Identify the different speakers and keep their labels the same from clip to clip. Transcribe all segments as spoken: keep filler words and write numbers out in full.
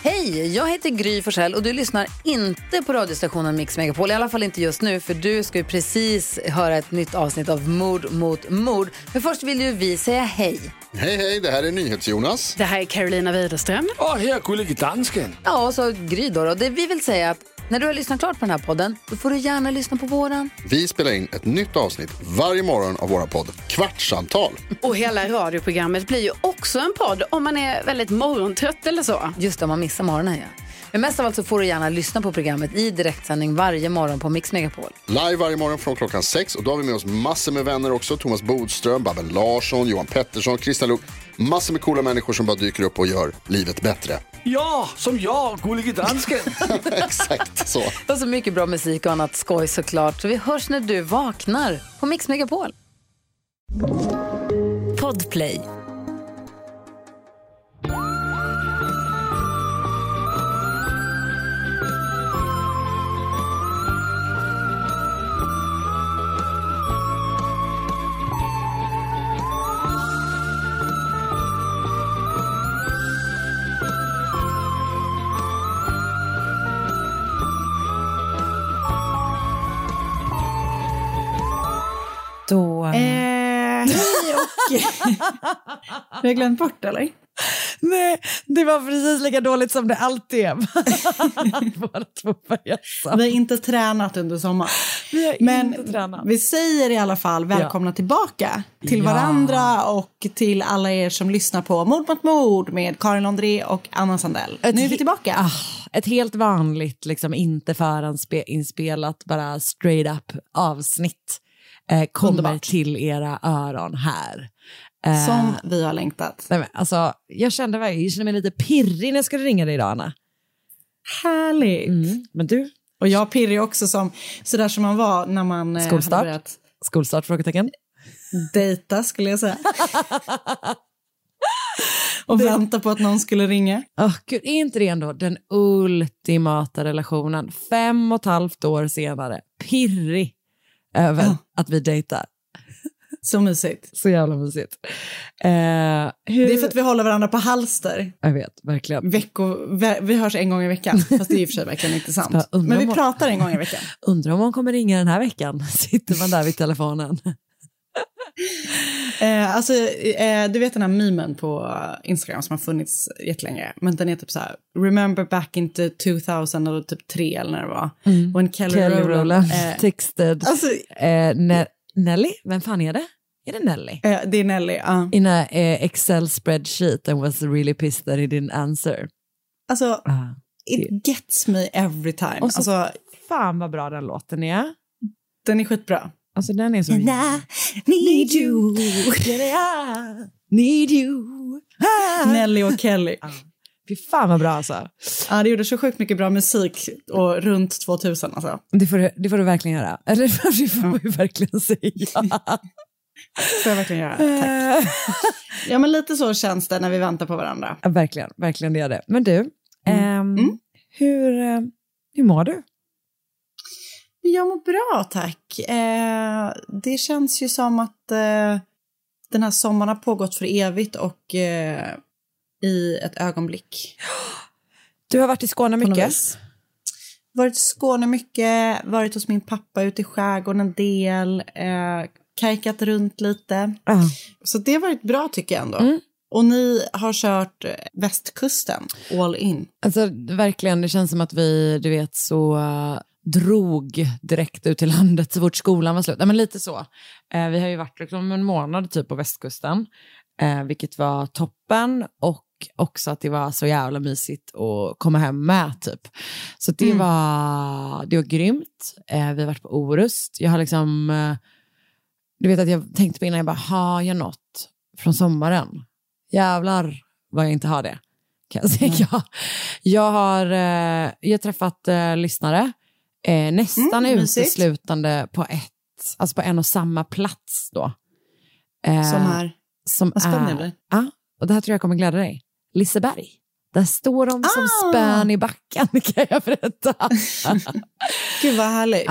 Speaker 1: Hej, jag heter Gry Forssell och du lyssnar inte på radiostationen Mix Megapol. I alla fall inte just nu, för du ska ju precis höra ett nytt avsnitt av Mord mot mord. Men först vill ju vi säga hej.
Speaker 2: Hej, hej, det här är NyhetsJonas.
Speaker 3: Det här är Carolina Widerström.
Speaker 4: Och här är Gullige Dansken.
Speaker 1: Ja, och så Gry då. Och det vi vill säga att när du har lyssnat klart på den här podden, då får du gärna lyssna på våran.
Speaker 2: Vi spelar in ett nytt avsnitt varje morgon av våra podd Kvartsamtal.
Speaker 3: Och hela radioprogrammet blir ju också en podd om man är väldigt morgontrött eller så.
Speaker 1: Just det, om man missar morgonen, ja. Men mest av allt så får du gärna lyssna på programmet i direktsändning varje morgon på Mix Megapol.
Speaker 2: Live varje morgon från klockan sex. Och då har vi med oss massor med vänner också. Thomas Bodström, Babben Larsson, Johan Pettersson, Krista Luuk. Massor med coola människor som bara dyker upp och gör livet bättre.
Speaker 4: Ja, som jag, Gullige Dansken.
Speaker 2: Exakt så.
Speaker 1: Och så mycket bra musik och annat skoj såklart. Så vi hörs när du vaknar på Mix Megapol.
Speaker 5: Podplay.
Speaker 6: Då...
Speaker 7: Eh, hej och... Har jag glömt bort eller?
Speaker 6: Nej, det var precis lika dåligt som det alltid är. Bara två börjassa.
Speaker 7: Vi har inte tränat under sommaren.
Speaker 6: Vi har
Speaker 7: Men
Speaker 6: inte tränat.
Speaker 7: vi säger i alla fall välkomna ja. tillbaka till
Speaker 6: ja.
Speaker 7: varandra och till alla er som lyssnar på Mord mot mord med Karin Londré och Anna Sandell. Ett nu är vi tillbaka.
Speaker 6: Ah, ett helt vanligt, liksom inte förinspelat, bara straight up avsnitt. Eh, kommer Underbart. Till era öron här. Eh,
Speaker 7: Som vi har längtat.
Speaker 6: Nej men, alltså, jag kände, jag kände mig lite pirrig när jag skulle ringa dig idag, Anna.
Speaker 7: Härligt.
Speaker 6: Mm. Men du?
Speaker 7: Och jag pirrig också som sådär som man var när man
Speaker 6: Skolstart?
Speaker 7: hade börjat
Speaker 6: Skolstart, frågetecken.
Speaker 7: Dejta skulle jag säga. Och det... vänta på att någon skulle ringa.
Speaker 6: Oh, Gud, är inte det ändå den ultimata relationen? Fem och ett halvt år senare. Pirrig över oh. att vi dejtar.
Speaker 7: Så mysigt.
Speaker 6: Så jävla mysigt. Eh, hur...
Speaker 7: Det är för att vi håller varandra på halster.
Speaker 6: Jag vet, verkligen.
Speaker 7: Veckor, ve- vi hörs en gång i veckan. Fast det är i och för sig verkligen inte sant. Men vi pratar en gång i veckan.
Speaker 6: Undrar om hon kommer ringa den här veckan. Sitter man där vid telefonen.
Speaker 7: eh, alltså, eh, du vet den här memen på Instagram som har funnits jättelänge. Men den är typ så här: remember back into two thousand eller typ tre eller när det var. Mm. When Kelly,
Speaker 6: Kelly
Speaker 7: Rowland,
Speaker 6: Rowland
Speaker 7: eh,
Speaker 6: texted
Speaker 7: alltså,
Speaker 6: eh, ne- Nelly? Vem fan är det? Är det Nelly?
Speaker 7: Eh, det är Nelly, ja. Uh.
Speaker 6: In a eh, Excel spreadsheet and was really pissed that he didn't answer.
Speaker 7: Alltså, uh, it gets me every time.
Speaker 6: Och så,
Speaker 7: alltså,
Speaker 6: fan vad bra den låten är.
Speaker 7: Den är skitbra.
Speaker 6: Alltså den är så...
Speaker 7: And I need you.
Speaker 6: I need you.
Speaker 7: Nelly och Kelly.
Speaker 6: Uh. Fy fan vad bra alltså.
Speaker 7: Ja, det gjorde så sjukt mycket bra musik och runt tvåtusen alltså.
Speaker 6: Det får du, det får du verkligen göra. Eller det får man ju verkligen säga.
Speaker 7: Får jag verkligen göra, tack. Ja, men lite så känns det när vi väntar på varandra.
Speaker 6: Ja, verkligen, verkligen det är det. Men du, mm. Ähm, mm. Hur, äh, hur mår du?
Speaker 7: Jag mår bra, tack. Eh, det känns ju som att eh, den här sommaren har pågått för evigt och eh, i ett ögonblick.
Speaker 6: Du har varit i Skåne mycket?
Speaker 7: Varit i Skåne mycket, varit hos min pappa ute i skärgården en del, eh, kajkat runt lite. Uh. Så det har varit bra tycker jag ändå. Mm. Och ni har kört västkusten, all in.
Speaker 6: Alltså verkligen, det känns som att vi, du vet, så uh, drog direkt ut till landet så fort skolan var slut. Nej, men lite så. Uh, vi har ju varit liksom en månad typ på västkusten, uh, vilket var toppen, och också att det var så jävla mysigt att komma hem med typ. Så det mm. var det var grymt. Uh, vi har varit på Orust. Jag har liksom... Uh, Du vet att jag tänkte på innan, jag bara, har jag något från sommaren? Jävlar vad jag inte har det. Kan jag säga. Mm. Jag, jag har eh, jag har träffat eh, lyssnare eh, nästan mm, uteslutande på ett, alltså på en och samma plats då. Eh,
Speaker 7: som är?
Speaker 6: Som
Speaker 7: vad spännande.
Speaker 6: Är, ja, och det här tror jag kommer glädja dig. Liseberg. Där står de som ah! spön i backen, kan jag berätta.
Speaker 7: Gud vad härligt.
Speaker 6: Ja,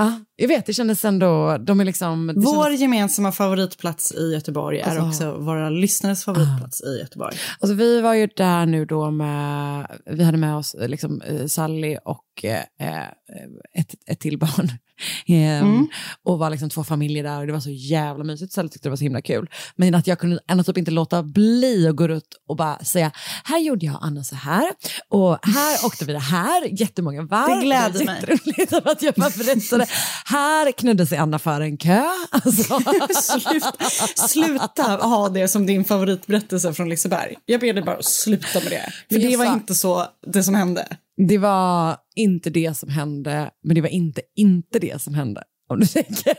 Speaker 6: jag vet, det kändes ändå, de är liksom...
Speaker 7: Vår
Speaker 6: kändes...
Speaker 7: gemensamma favoritplats i Göteborg är alltså, också våra lyssnares favoritplats uh. i Göteborg.
Speaker 6: Alltså vi var ju där nu då med, vi hade med oss liksom Sally och eh, ett, ett till barn. Mm. Och var liksom två familjer där och det var så jävla mysigt, så jag tyckte det var så himla kul. Men att jag kunde ändå typ inte låta bli att gå ut och bara säga, här gjorde jag Anna så här och här åkte vi det här jättemånga varv.
Speaker 7: Det gläder mig
Speaker 6: lite att jag bara berättade, här knudde sig Anna för en kö alltså.
Speaker 7: sluta, sluta ha det som din favoritberättelse från Liseberg. Jag ber dig bara att sluta med det, för det var sa... inte så det som hände.
Speaker 6: Det var inte det som hände, men det var inte inte det som hände, om du tänker.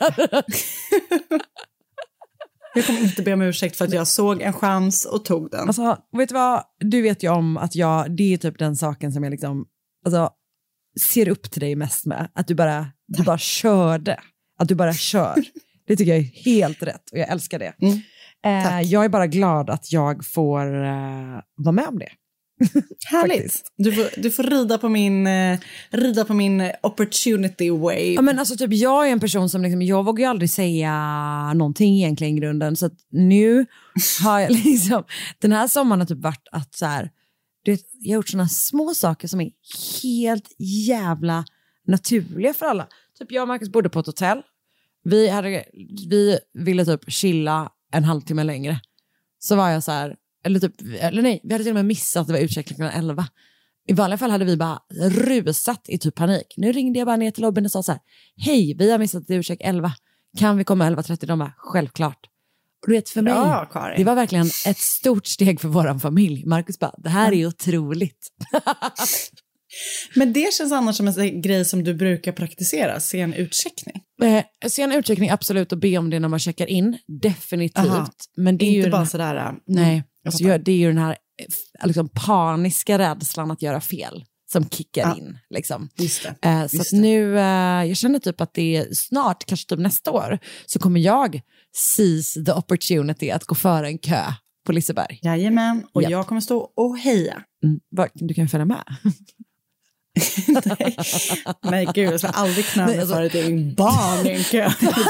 Speaker 7: Jag kommer inte be om ursäkt för att jag såg en chans och tog den.
Speaker 6: Alltså, vet du vad? Du vet ju om att jag, det är typ den saken som jag liksom, alltså, ser upp till dig mest med. Att du bara, du bara körde. Att du bara kör. Det tycker jag är helt rätt och jag älskar det. Mm. Eh, jag är bara glad att jag får eh, vara med om det.
Speaker 7: Härligt. Du får, du får rida på min uh, rida på min opportunity wave.
Speaker 6: Ja, men alltså typ jag är en person som liksom, jag vågar ju aldrig säga någonting egentligen i grunden, så att nu har jag liksom den här sommaren har typ varit att så här, du vet, jag har gjort såna små saker som är helt jävla naturliga för alla. Typ jag och Marcus bodde på ett hotell. Vi hade vi ville typ chilla en halvtimme längre. Så var jag så här, Eller, typ, eller nej, vi hade till och med missat att det var utcheckning klockan elva. I vanliga fall hade vi bara rusat i typ panik. Nu ringde jag bara ner till lobbyn och sa så här: hej, vi har missat att det är utcheck elva. Kan vi komma elva trettio? De bara, självklart. Och du vet, för mig,
Speaker 7: ja,
Speaker 6: det var verkligen ett stort steg för våran familj. Marcus bara, det här är otroligt.
Speaker 7: Men det känns annars som en grej som du brukar praktisera, sen utcheckning.
Speaker 6: Eh, sen utcheckning, absolut, och be om det när man checkar in. Definitivt.
Speaker 7: Aha.
Speaker 6: Men det är
Speaker 7: inte
Speaker 6: ju
Speaker 7: bara
Speaker 6: här,
Speaker 7: sådär. Mm.
Speaker 6: Nej, alltså, jag, det är ju den här liksom, paniska rädslan att göra fel som kickar ja. in. Liksom.
Speaker 7: Just det.
Speaker 6: Eh, så
Speaker 7: Just
Speaker 6: att nu, eh, jag känner typ att det är snart, kanske typ nästa år, så kommer jag seize the opportunity att gå före en kö på Liseberg.
Speaker 7: Jajamän, och
Speaker 6: yep.
Speaker 7: jag kommer stå och heja.
Speaker 6: Mm, du kan följa med.
Speaker 7: Nej. Nej, gud, jag ska aldrig knöa mig för ett egen barn i en kö.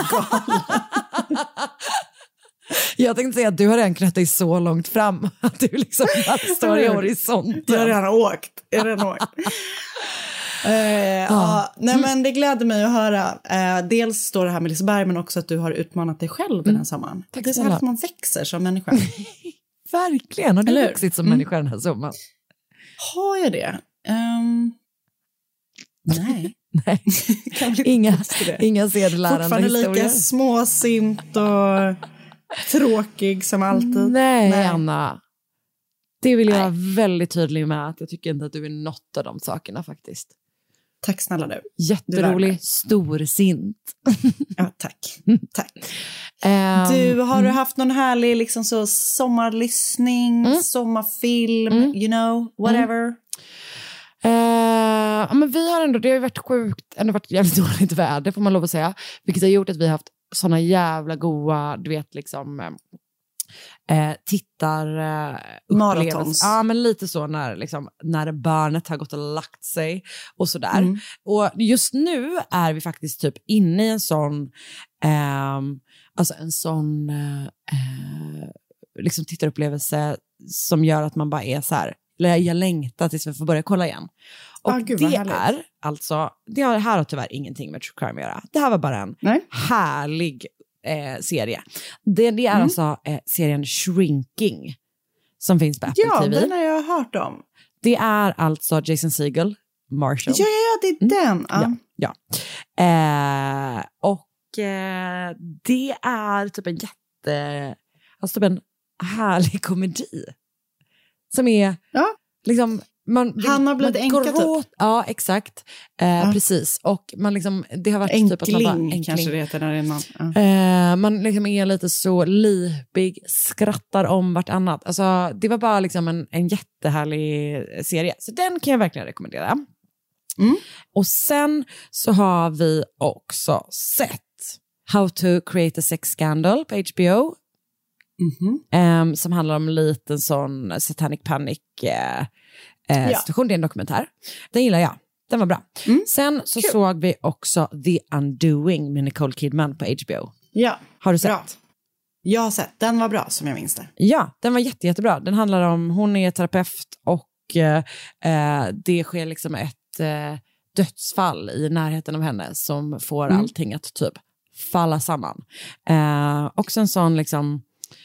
Speaker 6: Jag tänkte säga att du har redan knött dig så långt fram att du liksom står i horisonten.
Speaker 7: Jag har redan åkt. Jag har redan åkt. Uh, ja. Ja, nej, men det gläder mig att höra. Uh, dels står det här med Liseberg, men också att du har utmanat dig själv mm. den här sommaren. Tack, det är så här att man växer som människa.
Speaker 6: Verkligen, har du Eller? vuxit som mm. människa den här sommaren?
Speaker 7: Har jag det? Um... Nej.
Speaker 6: Nej. inga, inga sedelärande
Speaker 7: fortfarande
Speaker 6: historier.
Speaker 7: Lika småsint och tråkig som alltid.
Speaker 6: Nej, Nej. Anna. Det vill jag vara väldigt tydlig med, att jag tycker inte att du är något av de sakerna faktiskt.
Speaker 7: Tack snälla du.
Speaker 6: Jätterolig, storsint.
Speaker 7: Ja, tack. Tack. Um, du, har mm. du haft någon härlig liksom så sommarlyssning, mm. sommarfilm, mm. you know, whatever? Mm.
Speaker 6: Uh, men vi har ändå, det har ju varit sjukt, ändå varit jävligt dåligt väder får man lov att säga, vilket har gjort att vi har haft såna jävla goa, du vet liksom eh, tittar eh,
Speaker 7: Maratons.
Speaker 6: Ja, men lite så när, liksom, när barnet har gått och lagt sig och såddär. Mm. Och just nu är vi faktiskt typ inne i en sån eh, alltså en sån eh, liksom tittarupplevelse som gör att man bara är så här, jag längtar tills vi får börja kolla igen. Och ah, Gud, det är alltså, det här har tyvärr ingenting med True Crime att göra. Det här var bara en Nej. härlig eh, serie. Det, det är mm. alltså eh, serien Shrinking som finns på Apple
Speaker 7: ja,
Speaker 6: T V.
Speaker 7: Ja, den har jag hört om.
Speaker 6: Det är alltså Jason Segel, Marshall.
Speaker 7: Ja, ja, det är den.
Speaker 6: Mm. Ja, ja. Eh, och eh, det är typ en jätte, alltså typ en härlig komedi. Som är
Speaker 7: ja.
Speaker 6: liksom man,
Speaker 7: han har blivit enka typ.
Speaker 6: Ja, exakt. Eh, ja. Precis. Och man liksom, det har varit
Speaker 7: enkling,
Speaker 6: typ att man bara, enkling.
Speaker 7: Kanske det heter när man. Ja.
Speaker 6: Eh, man liksom är lite så lipig, skrattar om vartannat. Alltså, det var bara liksom en, en jättehärlig serie. Så den kan jag verkligen rekommendera.
Speaker 7: Mm.
Speaker 6: Och sen så har vi också sett How to Create a Sex Scandal på H B O.
Speaker 7: Mm-hmm.
Speaker 6: Um, som handlar om en liten sån satanic panic uh, uh,
Speaker 7: ja.
Speaker 6: situation. Det är en dokumentär. Den gillar jag. den var bra.
Speaker 7: Mm.
Speaker 6: Sen så
Speaker 7: Kul.
Speaker 6: såg vi också The Undoing med Nicole Kidman på H B O.
Speaker 7: Ja.
Speaker 6: Har du sett?
Speaker 7: Bra. Jag har sett. Den var bra som jag minns det.
Speaker 6: Ja, den var jätte, jättebra. Den handlar om, hon är terapeut och eh, det sker liksom ett eh, dödsfall i närheten av henne som får mm. allting att typ falla samman. Eh, också en sån liksom,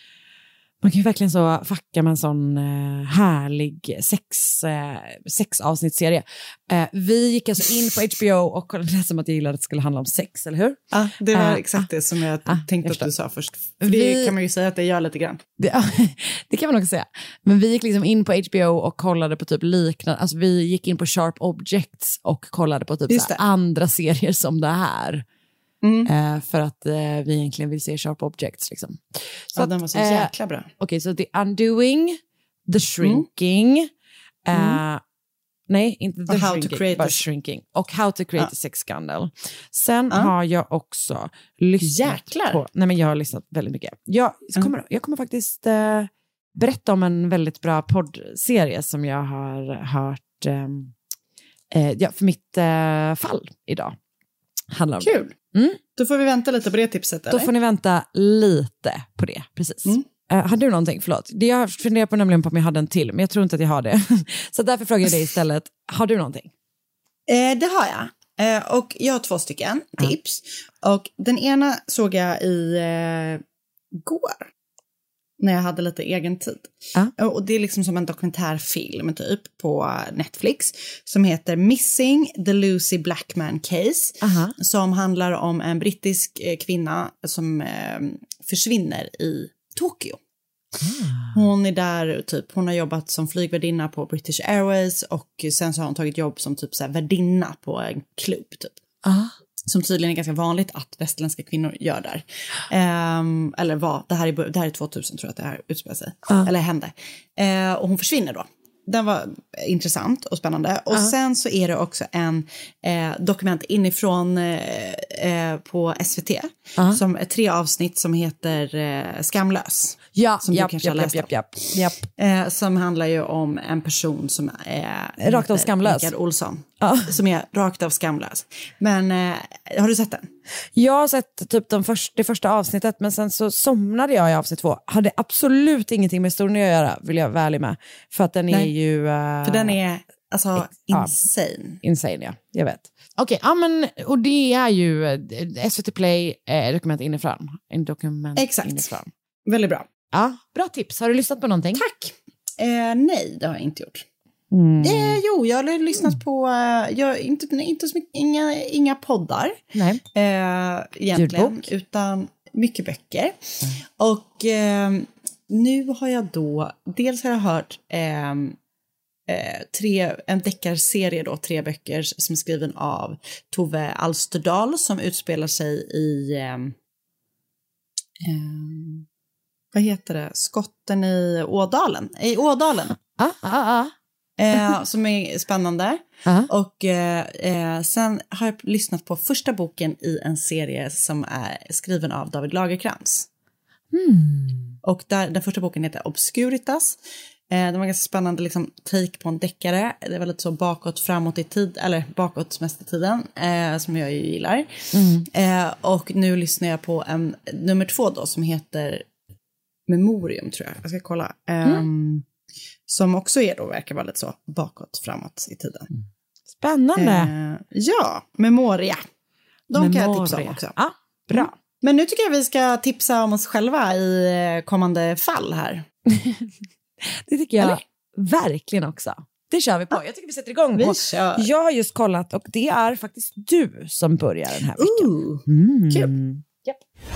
Speaker 6: man kan ju verkligen så fucka med en sån eh, härlig sex, eh, sexavsnittsserie. Eh, vi gick alltså in på H B O och kollade det som att jag gillade att det skulle handla om sex, eller hur?
Speaker 7: Ja, det var
Speaker 6: eh,
Speaker 7: exakt det som jag
Speaker 6: ah,
Speaker 7: tänkte
Speaker 6: jag
Speaker 7: att du sa först. För
Speaker 6: vi,
Speaker 7: det kan man ju säga att det gör lite grann.
Speaker 6: Det, det kan man också säga. Men vi gick liksom in på H B O och kollade på typ liknande, alltså vi gick in på Sharp Objects och kollade på typ så här andra serier som det här. Mm. Eh, för att eh, vi egentligen vill se Sharp Objects liksom. Så
Speaker 7: ja,
Speaker 6: att,
Speaker 7: den var så
Speaker 6: eh,
Speaker 7: jäkla bra.
Speaker 6: Okej, okay, så The Undoing, The Shrinking, mm. eh, nej, inte The
Speaker 7: how
Speaker 6: Shrinking,
Speaker 7: to create
Speaker 6: bara
Speaker 7: a...
Speaker 6: Shrinking, och How to Create ja. a Sex Scandal. Sen
Speaker 7: ja.
Speaker 6: har jag också lyssnat
Speaker 7: Jäklar.
Speaker 6: på, nej men jag har lyssnat väldigt mycket. Jag kommer, mm. jag kommer faktiskt eh, berätta om en väldigt bra poddserie som jag har hört eh, eh, ja, för mitt eh, fall idag. Handlar om
Speaker 7: Kul. Mm. Då får vi vänta lite på det tipset, eller?
Speaker 6: Då får ni vänta lite på det, precis. Mm. Uh, har du någonting? Förlåt. Det jag funderar på nämligen på om jag hade en till, men jag tror inte att jag har det. Så därför frågar jag dig istället, har du någonting?
Speaker 7: Eh, det har jag. Eh, och jag har två stycken tips. Mm. Och den ena såg jag i eh, går. När jag hade lite egen tid. Uh. Och det är liksom som en dokumentärfilm typ på Netflix. Som heter Missing the Lucy Blackman Case. Uh-huh. Som handlar om en brittisk eh, kvinna som eh, försvinner i Tokyo. Uh. Hon är där typ, hon har jobbat som flygvärdinna på British Airways. Och sen så har hon tagit jobb som typ så här värdinna på en klubb typ. Uh. Som tydligen är ganska vanligt att västerländska kvinnor gör där. Um, eller vad, det här är, det här är tvåtusen tror jag att det här utspelar sig. Uh. Eller hände. Uh, och hon försvinner då. Den var intressant och spännande. Och uh. sen så är det också en eh, dokument inifrån eh, eh, på S V T. Uh. Som är tre avsnitt som heter eh, Skamlös.
Speaker 6: Ja,
Speaker 7: som
Speaker 6: japp,
Speaker 7: du kanske
Speaker 6: japp,
Speaker 7: har läst
Speaker 6: japp, japp, japp.
Speaker 7: Eh, som handlar ju om en person som är
Speaker 6: eh, rakt av skamlös.
Speaker 7: Rickard Olsson.
Speaker 6: Ja.
Speaker 7: Som är rakt av skamlös. Men eh, har du sett den?
Speaker 6: Jag har sett typ de första, det första avsnittet, men sen så somnade jag i avsnitt två. Hade absolut ingenting med historien att göra, vill jag vara ärlig med. För att den Nej. är ju... Uh,
Speaker 7: för den är alltså
Speaker 6: ex-
Speaker 7: insane.
Speaker 6: Ja, insane, ja. Jag vet. Okej, okay, ja men, och det är ju S V T Play, eh, dokument inifrån. En dokument
Speaker 7: Exakt.
Speaker 6: Inifrån.
Speaker 7: Väldigt bra.
Speaker 6: Ja, bra tips. Har du lyssnat på någonting?
Speaker 7: Tack. Eh, nej, det har jag inte gjort. Mm. Eh, jo, jag har lyssnat på, eh, jag, inte, inte så mycket, inga, inga poddar.
Speaker 6: Nej.
Speaker 7: Eh, egentligen,
Speaker 6: Ljudbok.
Speaker 7: Utan mycket böcker. Mm. Och eh, nu har jag då, dels har jag hört eh, eh, tre, en deckarserie då, tre böcker som är skriven av Tove Alsterdal som utspelar sig i, eh, eh, vad heter det, skotten i Ådalen, i Ådalen.
Speaker 6: Ah, ah, ah.
Speaker 7: Eh, som är spännande. Uh-huh. Och eh, sen har jag lyssnat på första boken i en serie som är skriven av David Lagercrantz. Mm. Och där, den första boken heter Obscuritas. Eh, det var en ganska spännande liksom, take på en deckare. Det var lite så bakåt, framåt i tid, eller bakåt mest i tiden, eh, som jag ju gillar. Mm. Eh, och nu lyssnar jag på en nummer två då som heter Memorium, tror jag. Jag ska kolla. Mm. Um, Som också är då, verkar vara lite så bakåt, framåt i tiden.
Speaker 6: Spännande.
Speaker 7: Eh, ja, Memoria. De Memoria. Kan jag tipsa om också.
Speaker 6: Ja, bra. Mm.
Speaker 7: Men nu tycker jag vi ska tipsa om oss själva i kommande fall här.
Speaker 6: Det tycker jag
Speaker 7: Eller?
Speaker 6: verkligen också. Det kör vi på. Jag tycker vi sätter igång.
Speaker 7: Vi kör.
Speaker 6: Jag har just kollat och det är faktiskt du som börjar den här veckan.
Speaker 7: Ooh, mm. Kul.
Speaker 6: Yep.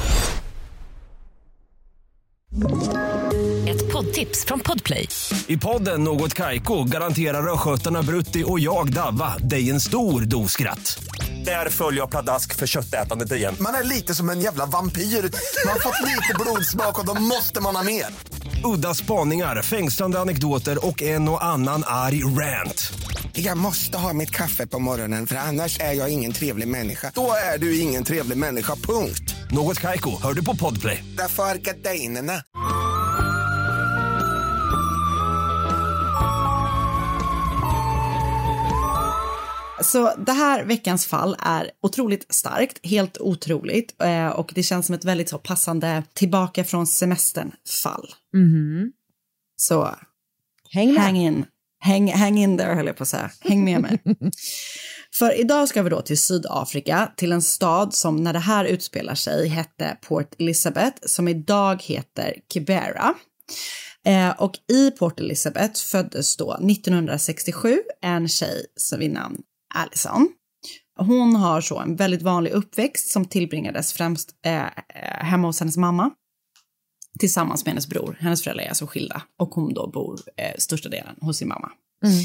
Speaker 5: Ett poddtips från Podplay.
Speaker 8: I podden Något Kaiko garanterar röskötarna Brutti och jag Davva dig en stor doskratt. Där följer jag pladask för köttätandet igen.
Speaker 9: Man är lite som en jävla vampyr. Man har fått lite blodsmak och då måste man ha mer.
Speaker 8: Udda spaningar, fängslande anekdoter och en och annan arg rant.
Speaker 9: Jag måste ha mitt kaffe på morgonen för annars är jag ingen trevlig människa. Då är du ingen trevlig människa, punkt.
Speaker 8: Något Kaiko, hör du på Podplay.
Speaker 9: Därför är gardinerna.
Speaker 7: Så det här veckans fall är otroligt starkt, helt otroligt. Eh, och det känns som ett väldigt så passande tillbaka från semestern fall.
Speaker 6: Mm.
Speaker 7: Så
Speaker 6: häng,
Speaker 7: hang in. Hang, hang in there, höll jag på att säga. Häng med mig. För idag ska vi då till Sydafrika, till en stad som när det här utspelar sig hette Port Elizabeth, som idag heter Kibera. Eh, och i Port Elizabeth föddes då nittonhundrasextiosju en tjej som vid namn Allison. Hon har så en väldigt vanlig uppväxt som tillbringades främst eh, hemma hos hennes mamma tillsammans med hennes bror. Hennes föräldrar är alltså skilda och hon då bor eh, största delen hos sin mamma. Mm.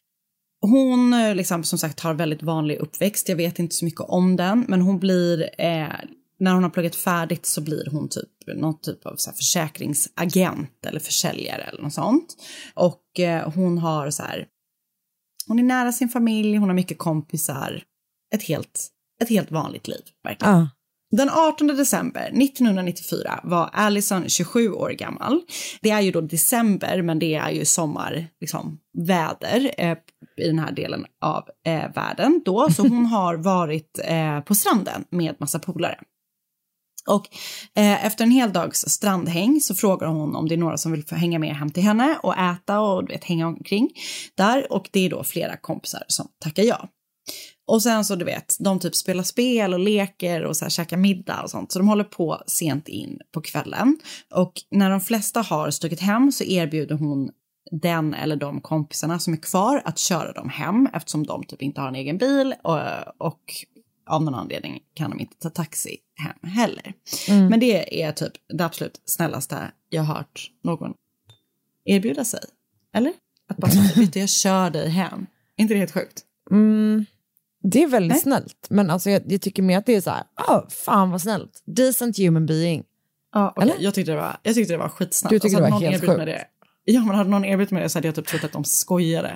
Speaker 7: Hon liksom, som sagt har väldigt vanlig uppväxt. Jag vet inte så mycket om den, men hon blir eh, när hon har pluggat färdigt så blir hon typ någon typ av så här, försäkringsagent eller försäljare eller något sånt. Och eh, hon har så här, hon är nära sin familj, hon har mycket kompisar. Ett helt, ett helt vanligt liv, verkligen. Uh. Den artonde december nittonhundranittiofyra var Allison tjugosju år gammal. Det är ju då december, men det är ju sommar, liksom, väder eh, i den här delen av eh, världen då. Så hon har varit eh, på stranden med massa polare. Och eh, efter en hel dags strandhäng så frågar hon om det är några som vill få hänga med hem till henne och äta och du vet, hänga omkring där. Och det är då flera kompisar som tackar ja. Och sen så du vet, de typ spelar spel och leker och så här käkar middag och sånt. Så de håller på sent in på kvällen. Och när de flesta har stuckit hem så erbjuder hon den eller de kompisarna som är kvar att köra dem hem. Eftersom de typ inte har en egen bil och, och av någon anledning kan de inte ta taxi hem heller. Mm. Men det är typ det absolut snällaste jag har hört någon erbjuda sig. Eller? Att bara säga, vet du, jag kör dig hem. Är inte det helt sjukt?
Speaker 6: Mm. Det är väldigt
Speaker 7: Nej.
Speaker 6: snällt. Men alltså jag, jag tycker mer att det är så här, oh, fan vad snällt. Decent human being.
Speaker 7: Ja, okay. jag, tyckte det var, jag tyckte det var skitsnällt.
Speaker 6: Du tyckte
Speaker 7: alltså,
Speaker 6: det var helt sjukt.
Speaker 7: Det, ja, men hade någon erbjudit mig det så hade jag typ trott att de skojade.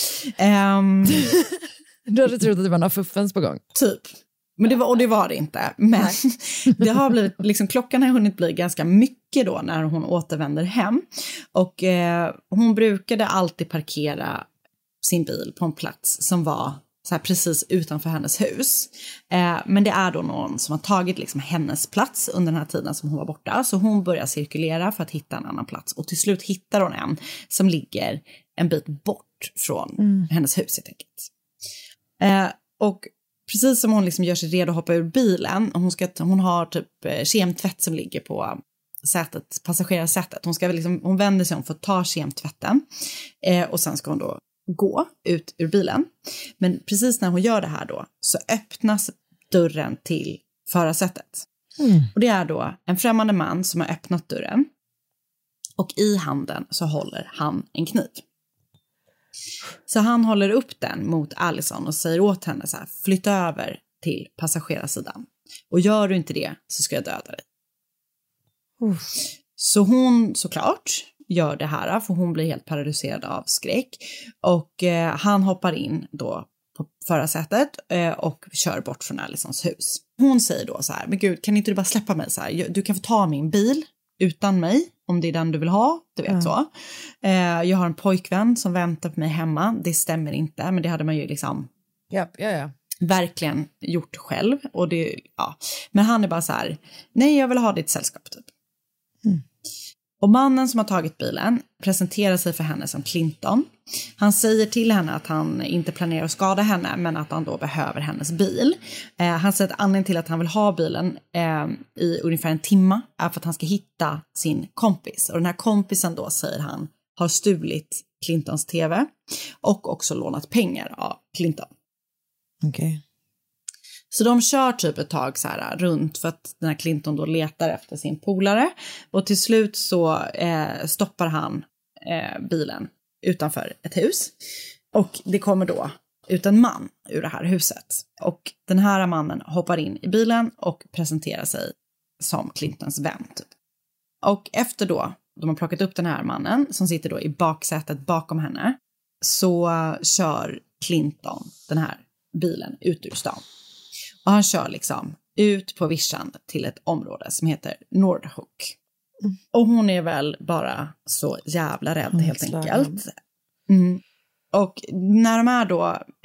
Speaker 7: Um,
Speaker 6: du hade trott att det var några fuffens på gång.
Speaker 7: Typ. Men det var, och det var det inte. Men det har blivit, liksom, klockan har hunnit bli ganska mycket då när hon återvänder hem. Och eh, hon brukade alltid parkera sin bil på en plats som var så här precis utanför hennes hus. Eh, men det är då någon som har tagit liksom hennes plats under den här tiden som hon var borta. Så hon börjar cirkulera för att hitta en annan plats. Och till slut hittar hon en som ligger en bit bort från mm. hennes hus helt enkelt. Eh, och precis som hon liksom gör sig redo att hoppa ur bilen. Hon, ska, hon har typ kemtvätt som ligger på sätet, passagerarsätet. Hon, ska liksom, hon vänder sig om för att ta kemtvätten. Eh, och sen ska hon då gå ut ur bilen. Men precis när hon gör det här då så öppnas dörren till förarsätet. Mm. Och det är då en främmande man som har öppnat dörren. Och i handen så håller han en kniv. Så han håller upp den mot Allison och säger åt henne så här, flytta över till passagerarsidan. Och gör du inte det så ska jag döda dig. Uh. Så hon såklart gör det här för hon blir helt paralyserad av skräck. Och eh, han hoppar in då på förarsätet eh, och kör bort från Allisons hus. Hon säger då så här, men gud, kan inte du bara släppa mig så här? Du kan få ta min bil utan mig om det är den du vill ha, du vet mm. så. Eh, jag har en pojkvän som väntar på mig hemma. Det stämmer inte, men det hade man ju liksom
Speaker 6: ja, ja, ja.
Speaker 7: verkligen gjort själv. Och det, ja. Men han är bara så här, nej jag vill ha ditt sällskap typ. Mm. Och mannen som har tagit bilen presenterar sig för henne som Clinton. Han säger till henne att han inte planerar att skada henne men att han då behöver hennes bil. Eh, han säger att anledningen till att han vill ha bilen eh, i ungefär en timme är för att han ska hitta sin kompis. Och den här kompisen då, säger han, har stulit Clintons tv och också lånat pengar av Clinton.
Speaker 6: Okej. Okay.
Speaker 7: Så de kör typ ett tag så här runt för att den här Clinton då letar efter sin polare. Och till slut så eh, stoppar han eh, bilen utanför ett hus. Och det kommer då ut en man ur det här huset. Och den här mannen hoppar in i bilen och presenterar sig som Clintons vän typ. Och efter då, de har plockat upp den här mannen som sitter då i baksätet bakom henne. Så kör Clinton den här bilen ut ur stan. Och han kör liksom ut på vischan till ett område som heter Nordhook. Mm. Och hon är väl bara så jävla rädd mm, helt enkelt. Mm. Och när de är då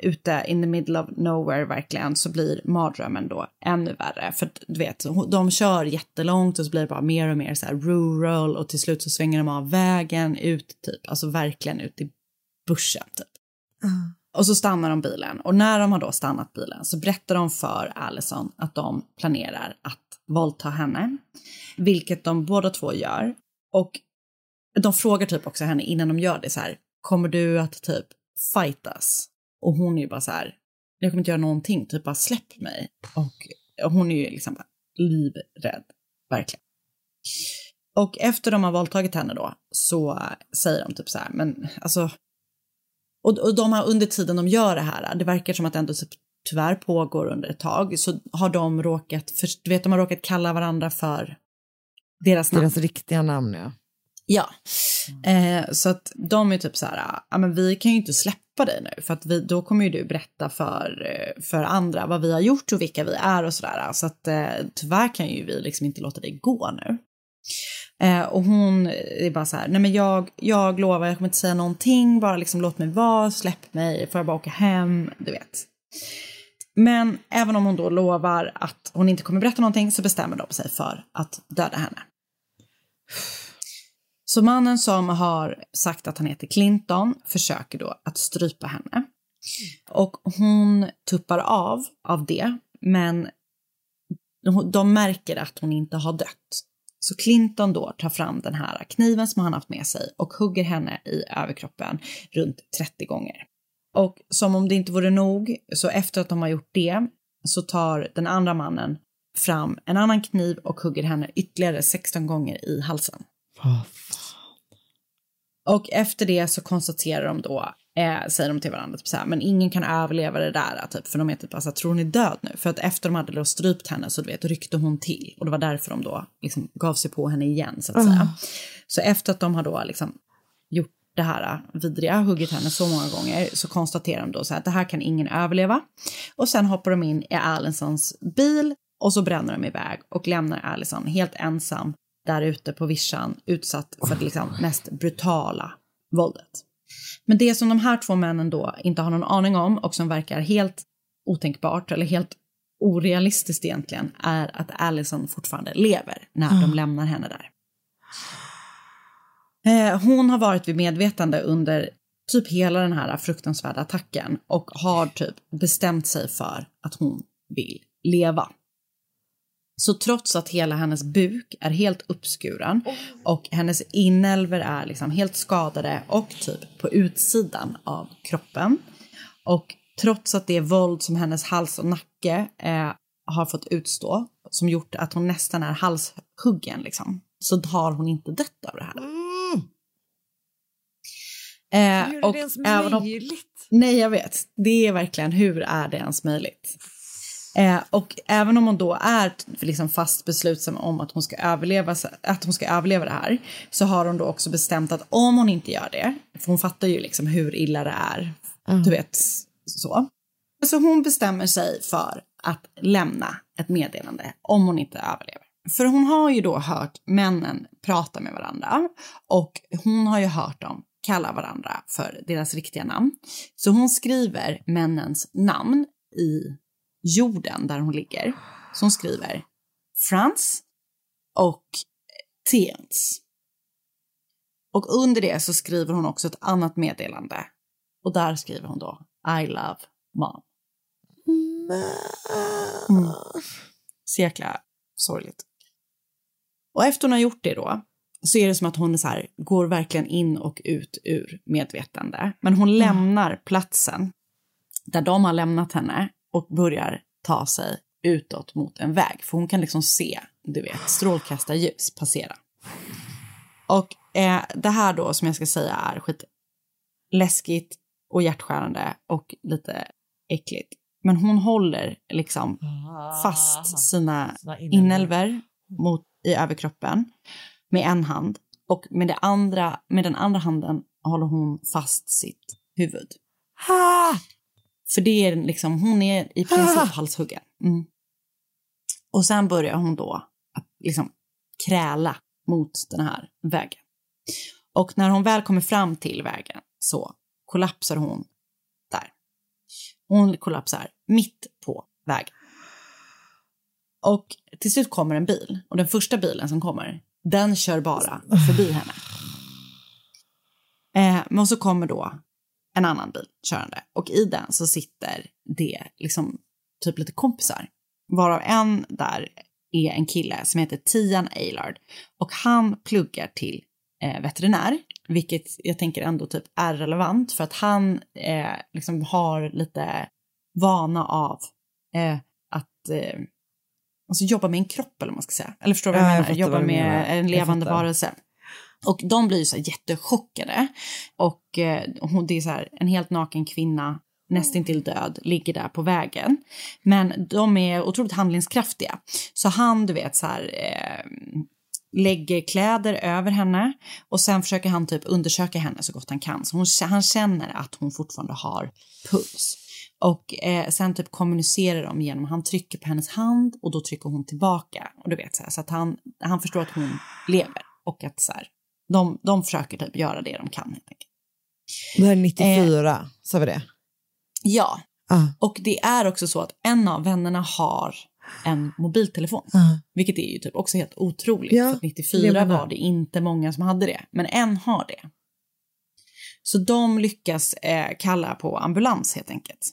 Speaker 7: ute in the middle of nowhere verkligen, så blir mardrömmen då ännu värre. För du vet, de kör jättelångt och så blir det bara mer och mer så här rural, och till slut så svänger de av vägen ut typ, alltså verkligen ut i bushen typ. Mm. Och så stannar de bilen, och när de har då stannat bilen så berättar de för Allison att de planerar att våldta henne, vilket de båda två gör. Och de frågar typ också henne innan de gör det så här: kommer du att typ fightas? Och hon är ju bara så här: jag kommer inte göra någonting, typ bara släpp mig. Och hon är ju liksom livrädd, verkligen. Och efter de har våldtagit henne då, så säger de typ så här, men alltså, och, och de har under tiden de gör det här, det verkar som att det ändå typ, tyvärr pågår under ett tag, så har de råkat, för, du vet, de har råkat kalla varandra för deras namn.
Speaker 6: Deras riktiga namn, ja.
Speaker 7: Ja, eh, så att de är typ så här, ja men vi kan ju inte släppa dig nu, för att vi, då kommer ju du berätta för, för andra vad vi har gjort och vilka vi är och sådär, så att eh, tyvärr kan ju vi liksom inte låta dig gå nu. Eh, och hon är bara så här, nej men jag, jag lovar, jag kommer inte säga någonting, bara liksom låt mig vara, släpp mig, får jag bara åka hem, du vet. Men även om hon då lovar att hon inte kommer berätta någonting, så bestämmer de sig för att döda henne. Så mannen som har sagt att han heter Clinton försöker då att strypa henne. Och hon tuppar av av det, men de märker att hon inte har dött. Så Clinton då tar fram den här kniven som han haft med sig och hugger henne i överkroppen runt trettio gånger. Och som om det inte vore nog, så efter att de har gjort det, så tar den andra mannen fram en annan kniv och hugger henne ytterligare sexton gånger i halsen.
Speaker 6: Oh,
Speaker 7: och efter det så konstaterar de då, eh, säger de till varandra typ så här, men ingen kan överleva det där typ, för de är typ alltså, tror hon är död nu? För att efter de hade då strypt henne, så du vet, ryckte hon till, och det var därför de då liksom gav sig på henne igen, så att säga.
Speaker 6: Oh.
Speaker 7: Så efter att de har då liksom gjort det här vidriga, huggit henne så många gånger, så konstaterar de då så här att det här kan ingen överleva. Och sen hoppar de in i Allisons bil, och så bränner de iväg och lämnar Allison helt ensam där ute på vischan, utsatt för det liksom mest brutala våldet. Men det som de här två männen då inte har någon aning om, och som verkar helt otänkbart eller helt orealistiskt egentligen, är att Allison fortfarande lever när mm. de lämnar henne där. Eh, hon har varit vid medvetande under typ hela den här fruktansvärda attacken, och har typ bestämt sig för att hon vill leva. Så trots att hela hennes buk är helt uppskuren och hennes inälvor är liksom helt skadade och typ på utsidan av kroppen, och trots att det är våld som hennes hals och nacke eh, har fått utstå, som gjort att hon nästan är halshuggen liksom, så har hon inte dött av det här.
Speaker 6: Mm.
Speaker 7: Eh,
Speaker 6: hur är
Speaker 7: och
Speaker 6: det ens
Speaker 7: även om,
Speaker 6: möjligt?
Speaker 7: nej, jag vet. Det är verkligen, hur är det ens möjligt? Eh, och även om hon då är liksom fast beslutsam om att hon ska överleva, att hon ska överleva det här, så har hon då också bestämt att om hon inte gör det, för hon fattar ju liksom hur illa det är, mm. du vet, så. Så hon bestämmer sig för att lämna ett meddelande om hon inte överlever. För hon har ju då hört männen prata med varandra, och hon har ju hört dem kalla varandra för deras riktiga namn. Så hon skriver männens namn i jorden där hon ligger. Så hon skriver Frans och Terence. Och under det så skriver hon också ett annat meddelande. Och där skriver hon då I love mom. Mm. Så jäkla sorgligt. Och efter hon har gjort det då, så är det som att hon så här, går verkligen in och ut ur medvetande. Men hon mm. lämnar platsen där de har lämnat henne och börjar ta sig utåt mot en väg. För hon kan liksom se, du vet, strålkastarljus passera. Och eh, det här då, som jag ska säga, är skit läskigt och hjärtskärande och lite äckligt. Men hon håller liksom fast sina inälvor mot, i överkroppen med en hand. Och med, det andra, med den andra handen håller hon fast sitt huvud.
Speaker 6: Ha!
Speaker 7: För det är liksom, hon är i princip ha! halshuggen. Mm. Och sen börjar hon då att liksom kräla mot den här vägen. Och när hon väl kommer fram till vägen så kollapsar hon där. Hon kollapsar mitt på vägen. Och till slut kommer en bil. Och den första bilen som kommer, den kör bara förbi henne. Eh, men så kommer då en annan bil körande. Och i den så sitter det liksom typ lite kompisar. Varav en där är en kille som heter Tian Aylard. Och han pluggar till eh, veterinär. Vilket jag tänker ändå typ är relevant. För att han eh, liksom har lite vana av eh, att eh, alltså jobba med en kropp eller vad man ska säga. Eller förstår du vad jag
Speaker 6: ja,
Speaker 7: menar?
Speaker 6: Jag
Speaker 7: jobba
Speaker 6: med
Speaker 7: menar. en levande varelse. Och de blir så här jättechockade. Och eh, det är så här en helt naken kvinna, nästan till död, ligger där på vägen. Men de är otroligt handlingskraftiga. Så han, du vet, så här eh, lägger kläder över henne. Och sen försöker han typ undersöka henne så gott han kan. Så hon, han känner att hon fortfarande har puls. Och eh, sen typ kommunicerar de genom, han trycker på hennes hand och då trycker hon tillbaka. Och du vet så här, så att han, han förstår att hon lever. Och att så här, de, de försöker typ göra det de kan helt enkelt.
Speaker 6: Det här är nittiofyra, eh, sa vi det?
Speaker 7: Ja,
Speaker 6: ah.
Speaker 7: och det är också så att en av vännerna har en mobiltelefon.
Speaker 6: Ah.
Speaker 7: Vilket är ju typ också helt otroligt.
Speaker 6: Ja,
Speaker 7: för att nittiofyra
Speaker 6: det
Speaker 7: var det inte många som hade det. Men en har det. Så de lyckas eh, kalla på ambulans helt enkelt.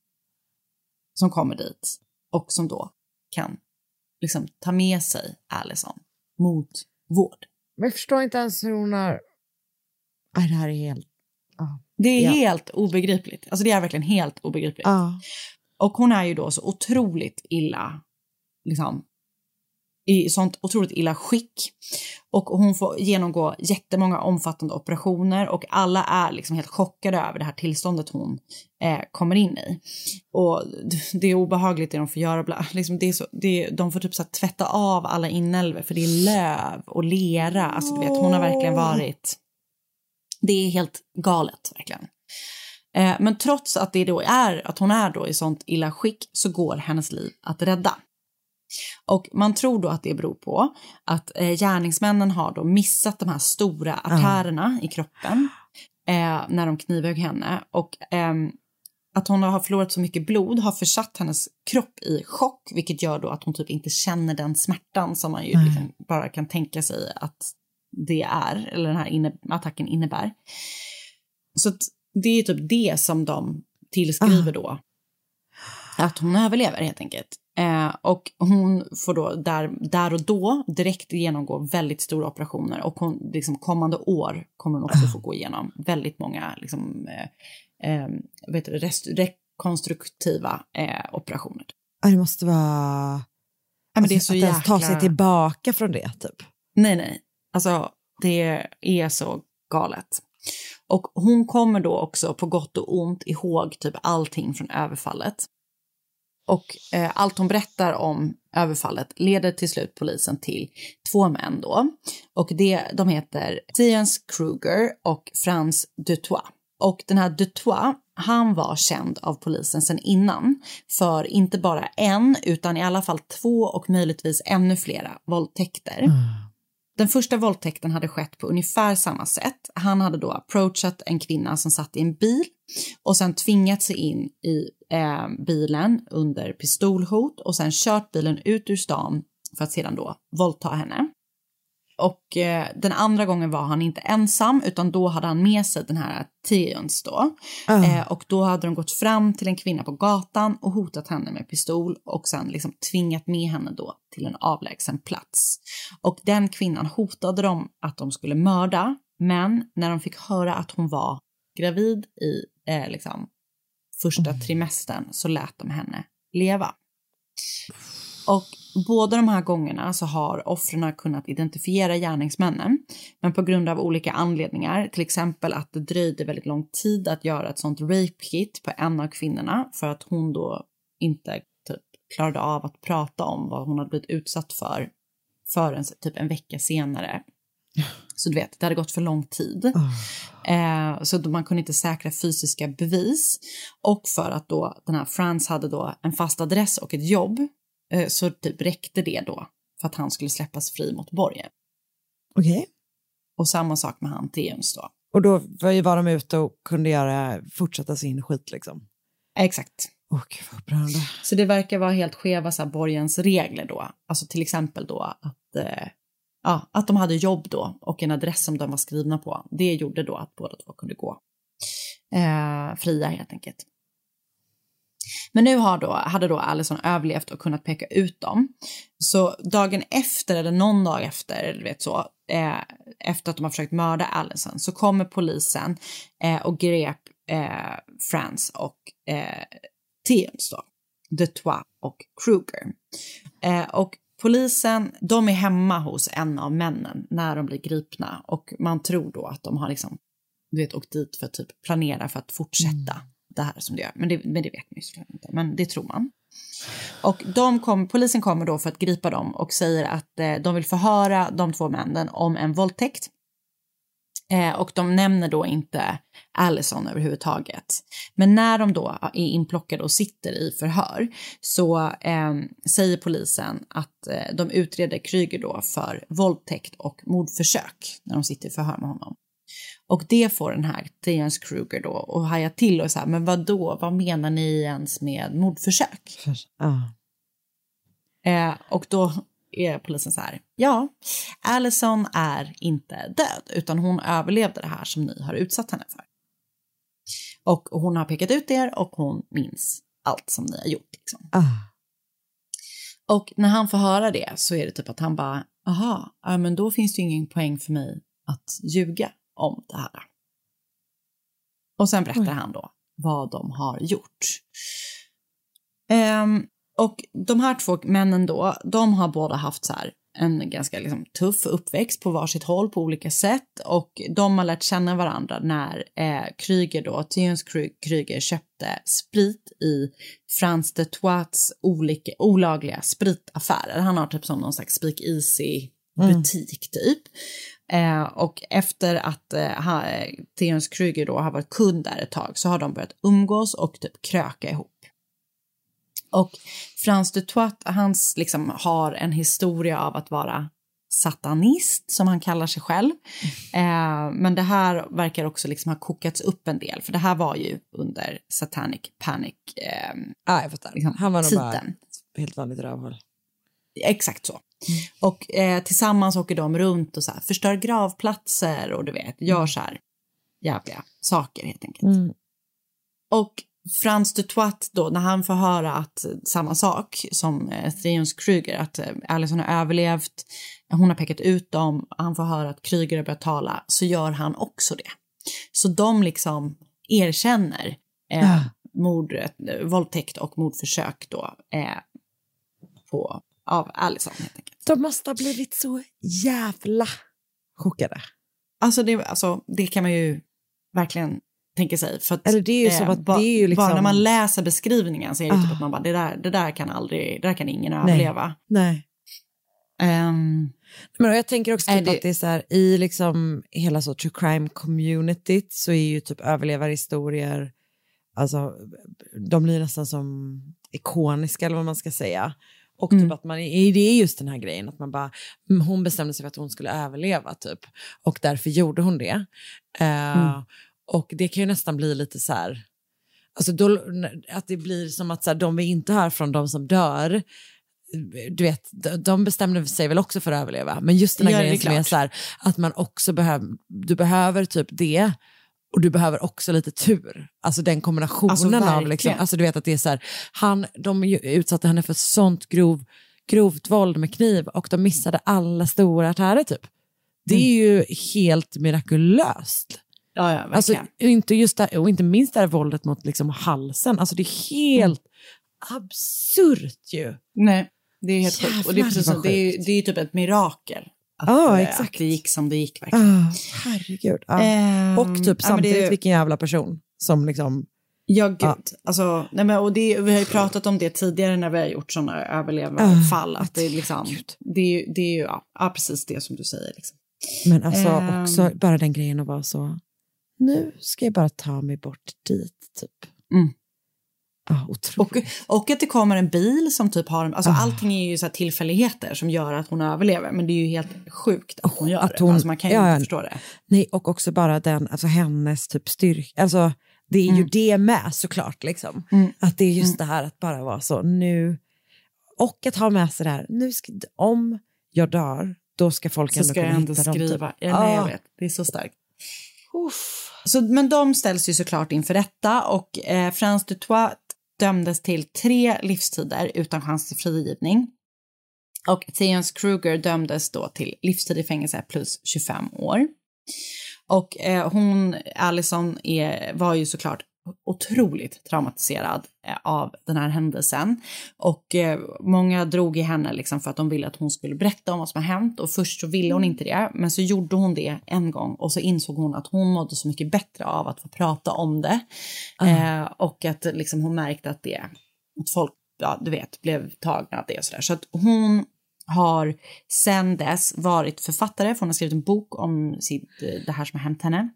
Speaker 7: Som kommer dit. Och som då kan liksom ta med sig Allison mot vård.
Speaker 6: Men jag förstår inte ens hur hon har... Aj, det här är helt... Ah.
Speaker 7: Det är
Speaker 6: ja.
Speaker 7: helt obegripligt. Alltså det är verkligen helt obegripligt.
Speaker 6: Ah.
Speaker 7: Och hon är ju då så otroligt illa, liksom, i sånt otroligt illa skick. Och hon får genomgå jättemånga omfattande operationer. Och alla är liksom helt chockade över det här tillståndet hon eh, kommer in i. Och det är obehagligt det de får göra. Bla, liksom det är så, det är, de får typ så här tvätta av alla inälvor. För det är löv och lera. Alltså du vet, hon har verkligen varit... Det är helt galet verkligen. Eh, men trots att det då är att hon är då i sånt illa skick så går hennes liv att rädda. Och man tror då att det beror på att eh, gärningsmännen har då missat de här stora artärerna mm. i kroppen eh, när de knivhögg henne. Och eh, att hon har förlorat så mycket blod har försatt hennes kropp i chock. Vilket gör då att hon typ inte känner den smärtan som man ju mm. liksom bara kan tänka sig att det är. Eller den här inne, attacken innebär. Så att det är typ det som de tillskriver då. Att hon överlever helt enkelt. Eh, och hon får då där, där och då direkt genomgå väldigt stora operationer. Och hon, liksom, kommande år kommer hon också få gå igenom väldigt många liksom, eh, eh, vet du, rest, rekonstruktiva eh, operationer.
Speaker 6: Det måste vara...
Speaker 7: Ja, men det är så
Speaker 6: att
Speaker 7: jäkla...
Speaker 6: ta sig tillbaka från det typ.
Speaker 7: Nej, nej. Alltså det är så galet. Och hon kommer då också på gott och ont ihåg typ allting från överfallet. Och eh, allt hon berättar om överfallet leder till slut polisen till två män då. Och det, de heter Tians Kruger och Frans Dutois. Och den här Dutois, han var känd av polisen sedan innan. För inte bara en utan i alla fall två och möjligtvis ännu flera våldtäkter. Mm. Den första våldtäkten hade skett på ungefär samma sätt. Han hade då approachat en kvinna som satt i en bil och sen tvingat sig in i eh, bilen under pistolhot och sen kört bilen ut ur stan för att sedan då våldta henne. Och eh, den andra gången var han inte ensam utan då hade han med sig den här Tians då. Uh. Eh, och då hade de gått fram till en kvinna på gatan och hotat henne med pistol och sen liksom tvingat med henne då till en avlägsen plats. Och den kvinnan hotade dem att de skulle mörda, men när de fick höra att hon var gravid i eh, liksom första mm. trimestern så lät de henne leva. Och båda de här gångerna så har offren kunnat identifiera gärningsmännen. Men på grund av olika anledningar, till exempel att det dröjde väldigt lång tid att göra ett sånt rape kit på en av kvinnorna. För att hon då inte typ klarade av att prata om vad hon hade blivit utsatt för förrän typ en vecka senare. Så du vet, det hade gått för lång tid. Oh. Eh, så då man kunde inte säkra fysiska bevis. Och för att då den här Frans hade då en fast adress och ett jobb. Så typ räckte det då för att han skulle släppas fri mot borgen.
Speaker 6: Okej. Okay.
Speaker 7: Och samma sak med han Tians då.
Speaker 6: Och då var de ute och kunde göra, fortsätta sin skit liksom?
Speaker 7: Exakt.
Speaker 6: Åh, gud vad upprörande.
Speaker 7: Så det verkar vara helt skeva så här, borgensregler då. Alltså till exempel då att, eh, ja, att de hade jobb då och en adress som de var skrivna på. Det gjorde då att båda två kunde gå eh, fria helt enkelt. Men nu har då, hade då Allison överlevt och kunnat peka ut dem. Så dagen efter, eller någon dag efter, du vet så, eh, efter att de har försökt mörda Allison, så kommer polisen eh, och grep eh, Frans och eh, Theons då, Detroit och Kruger. Eh, och polisen, de är hemma hos en av männen när de blir gripna. Och man tror då att de har liksom, du vet, åkt dit för att typ planera för att fortsätta. Mm. Det här som det gör. Men det, men det vet man ju såklart inte. Men det tror man. Och de kom, polisen kommer då för att gripa dem och säger att eh, de vill förhöra de två männen om en våldtäkt. Eh, och de nämner då inte Allison överhuvudtaget. Men när de då är inplockade och sitter i förhör så eh, säger polisen att eh, de utreder Kruger då för våldtäkt och mordförsök när de sitter i förhör med honom. Och det får den här Theons Kruger då och haja till och så här, men vad då? Vad menar ni ens med mordförsök?
Speaker 6: För, ah.
Speaker 7: eh, och då är polisen så här, ja, Allison är inte död utan hon överlevde det här som ni har utsatt henne för. Och hon har pekat ut er och hon minns allt som ni har gjort. Liksom.
Speaker 6: Ah.
Speaker 7: Och när han får höra det så är det typ att han bara, aha, ja, men då finns det ju ingen poäng för mig att ljuga om det här. Och sen berättar Oj. han då vad de har gjort. Um, och de här två männen då, de har båda haft så här en ganska liksom tuff uppväxt på varsitt håll på olika sätt. Och de har lärt känna varandra när eh, Kruger då, Theons Kruger köpte sprit i Frans Detroits olika, olagliga spritaffärer. Han har typ som någon slags Speak Easy butik mm. typ. Eh, och efter att eh, Theons Kruger då har varit kund där ett tag så har de börjat umgås och typ kröka ihop. Och Frans Detroit, hans liksom har en historia av att vara satanist som han kallar sig själv. Eh, men det här verkar också liksom ha kokats upp en del. För det här var ju under Satanic Panic eh,
Speaker 6: ah, jag fattar.
Speaker 7: Liksom,
Speaker 6: han var nog
Speaker 7: tiden.
Speaker 6: Bara helt vanligt rövhåll.
Speaker 7: Exakt så. Mm. Och eh, tillsammans åker de runt och så här, förstör gravplatser och du vet, gör så här jävliga saker helt enkelt. Mm. Och Frans Detroit då, när han får höra att samma sak som eh, Theons Kruger, att eh, Allison har överlevt, hon har pekat ut dem, han får höra att Kruger har börjat tala, så gör han också det. Så de liksom erkänner eh, ja. mord, våldtäkt och mordförsök då eh, på av Allison helt enkelt.
Speaker 6: De måste ha blivit så jävla chockade.
Speaker 7: Alltså det, alltså det kan man ju verkligen tänka sig. För att,
Speaker 6: Eller det är ju eh, som att
Speaker 7: ba,
Speaker 6: det är ju liksom...
Speaker 7: bara när man läser beskrivningen så är det ah. typ att man bara, det där, det där kan aldrig, det där kan ingen
Speaker 6: Nej.
Speaker 7: överleva.
Speaker 6: Nej.
Speaker 7: Um,
Speaker 6: Men jag tänker också typ
Speaker 7: det...
Speaker 6: att det är så här, i liksom hela så true crime communityt så är ju typ överlevarhistorier, alltså de blir nästan som ikoniska eller vad man ska säga. Och typ mm. att man, det är just den här grejen att man bara, hon bestämde sig för att hon skulle överleva typ. Och därför gjorde hon det. Uh, mm. Och det kan ju nästan bli lite så här, alltså då, att det blir som att så här, de vi inte hör från de som dör, du vet, de bestämde sig väl också för att överleva. Men just den här ja, grejen som är så här, att man också behöver, du behöver typ det. Och du behöver också lite tur. Alltså den kombinationen alltså, av liksom, alltså du vet att det är så här, han, de utsatte henne för sånt grov, grovt våld med kniv och de missade alla stora artärer typ. Det är mm. ju helt mirakulöst.
Speaker 7: Ja, ja, verkligen.
Speaker 6: Alltså inte just där, och inte minst det här våldet mot liksom halsen. Alltså det är helt mm. absurt ju.
Speaker 7: Nej, det är helt sjukt. Och det är precis så, det är, det är typ ett mirakel. Att,
Speaker 6: oh,
Speaker 7: exakt. Att det gick som det gick verkligen.
Speaker 6: Oh, herregud. Ah. Um, och typ samtidigt det... vilken jävla person som liksom...
Speaker 7: Ja, gud. Ah. Alltså, nej, men, och det, vi har ju pratat om det tidigare när vi har gjort sådana överlevandefall. Uh, att det är liksom... Det är, det är ju ja, ja, precis det som du säger. Liksom.
Speaker 6: Men alltså um, också bara den grejen att vara så... Nu ska jag bara ta mig bort dit, typ.
Speaker 7: Mm.
Speaker 6: Ah,
Speaker 7: och, och att det kommer en bil som typ har, alltså ah. allting är ju så här tillfälligheter som gör att hon överlever, men det är ju helt sjukt att hon gör att hon, det, alltså man kan ju ja, inte förstå det.
Speaker 6: Nej, och också bara den, alltså hennes typ styrka, alltså Det är ju
Speaker 7: Mm.
Speaker 6: det med såklart liksom.
Speaker 7: Mm.
Speaker 6: Att det är just
Speaker 7: Mm.
Speaker 6: det här att bara vara så nu. Och att ha med sig det här, nu ska, om jag dör, då ska folk
Speaker 7: Så
Speaker 6: ändå
Speaker 7: ska
Speaker 6: kunna
Speaker 7: jag ändå
Speaker 6: hitta dem.
Speaker 7: skriva.
Speaker 6: Typ.
Speaker 7: Ja, nej, jag
Speaker 6: Ah.
Speaker 7: vet. Det är så starkt.
Speaker 6: Uff.
Speaker 7: Så, men de ställs ju såklart inför rätta och eh, Frans du Toit dömdes till tre livstider utan chans till frigivning. Och Theons Kruger dömdes då till livstid i fängelse plus tjugofem år. Och eh, hon, Allison, är, var ju såklart otroligt traumatiserad eh, av den här händelsen. Och eh, många drog i henne liksom för att de ville att hon skulle berätta om vad som har hänt. Och först så ville hon inte det, men så gjorde hon det en gång. Och så insåg hon att hon mådde så mycket bättre av att få prata om det.
Speaker 6: Mm.
Speaker 7: Eh, och att liksom, hon märkte att det, att folk, ja, du vet, blev tagna av det och sådär. Så att hon har sedan dess varit författare, för hon har skrivit en bok om sitt, det här som har hänt henne.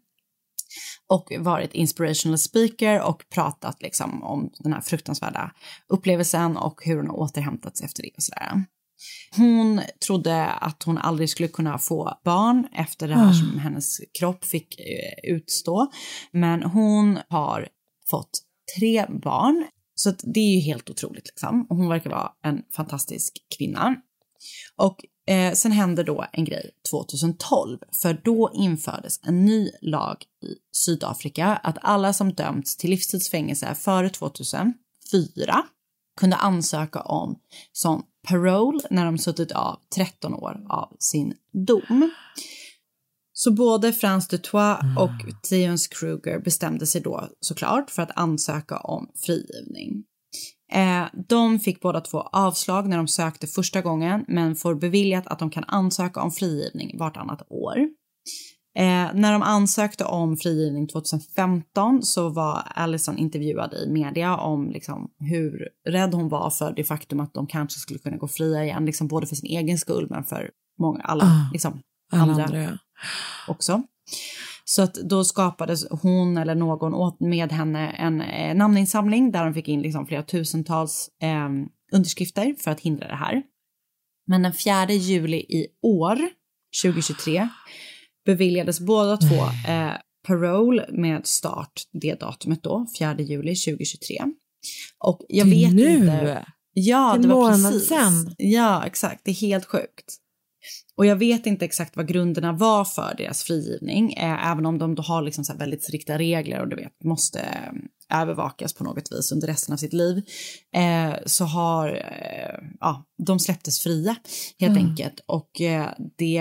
Speaker 7: Och varit inspirational speaker och pratat liksom om den här fruktansvärda upplevelsen och hur hon har återhämtats efter det och sådär. Hon trodde att hon aldrig skulle kunna få barn efter det här som hennes kropp fick eh, utstå. Men hon har fått tre barn. Så att det är ju helt otroligt liksom. Och hon verkar vara en fantastisk kvinna. Och eh, sen hände då en grej tjugohundratolv. För då infördes en ny lag i Sydafrika. Att alla som dömts till livstidsfängelse före tvåtusenfyra kunde ansöka om sån parole när de suttit av tretton år av sin dom. Så både Frans du Toit och Theons Kruger bestämde sig då såklart för att ansöka om frigivning. Eh, de fick båda två avslag när de sökte första gången, men får beviljat att de kan ansöka om frigivning vartannat år. Eh, när de ansökte om frigivning tjugohundrafemton så var Allison intervjuad i media om liksom, hur rädd hon var för det faktum att de kanske skulle kunna gå fria igen, liksom, både för sin egen skull men för många, alla,
Speaker 6: Ah,
Speaker 7: liksom,
Speaker 6: alla
Speaker 7: andra,
Speaker 6: andra, ja.
Speaker 7: också. Så att då skapades hon eller någon åt med henne en eh, namninsamling där de fick in liksom flera tusentals eh, underskrifter för att hindra det här. Men den fjärde juli i år, tjugohundratjugotre, beviljades båda två eh, parole med start det datumet då, fjärde juli tjugohundratjugotre. Och jag
Speaker 6: Det är
Speaker 7: vet
Speaker 6: nu.
Speaker 7: inte. Ja,
Speaker 6: Det
Speaker 7: det
Speaker 6: är
Speaker 7: var
Speaker 6: månad
Speaker 7: precis.
Speaker 6: sedan.
Speaker 7: Ja, exakt. Det är helt sjukt. Och jag vet inte exakt vad grunderna var för deras frigivning, eh, även om de då har liksom så här väldigt strikta regler och du vet måste eh, övervakas på något vis under resten av sitt liv. Eh, så har eh, ja, de släpptes fria helt
Speaker 6: Mm.
Speaker 7: enkelt. Och eh, det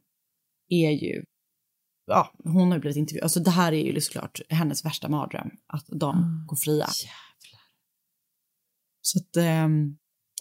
Speaker 7: är ju, ja, hon har blivit intervjuad. Alltså det här är ju såklart hennes värsta mardröm, att de
Speaker 6: Mm.
Speaker 7: går fria.
Speaker 6: Jävlar.
Speaker 7: Så att, ehm,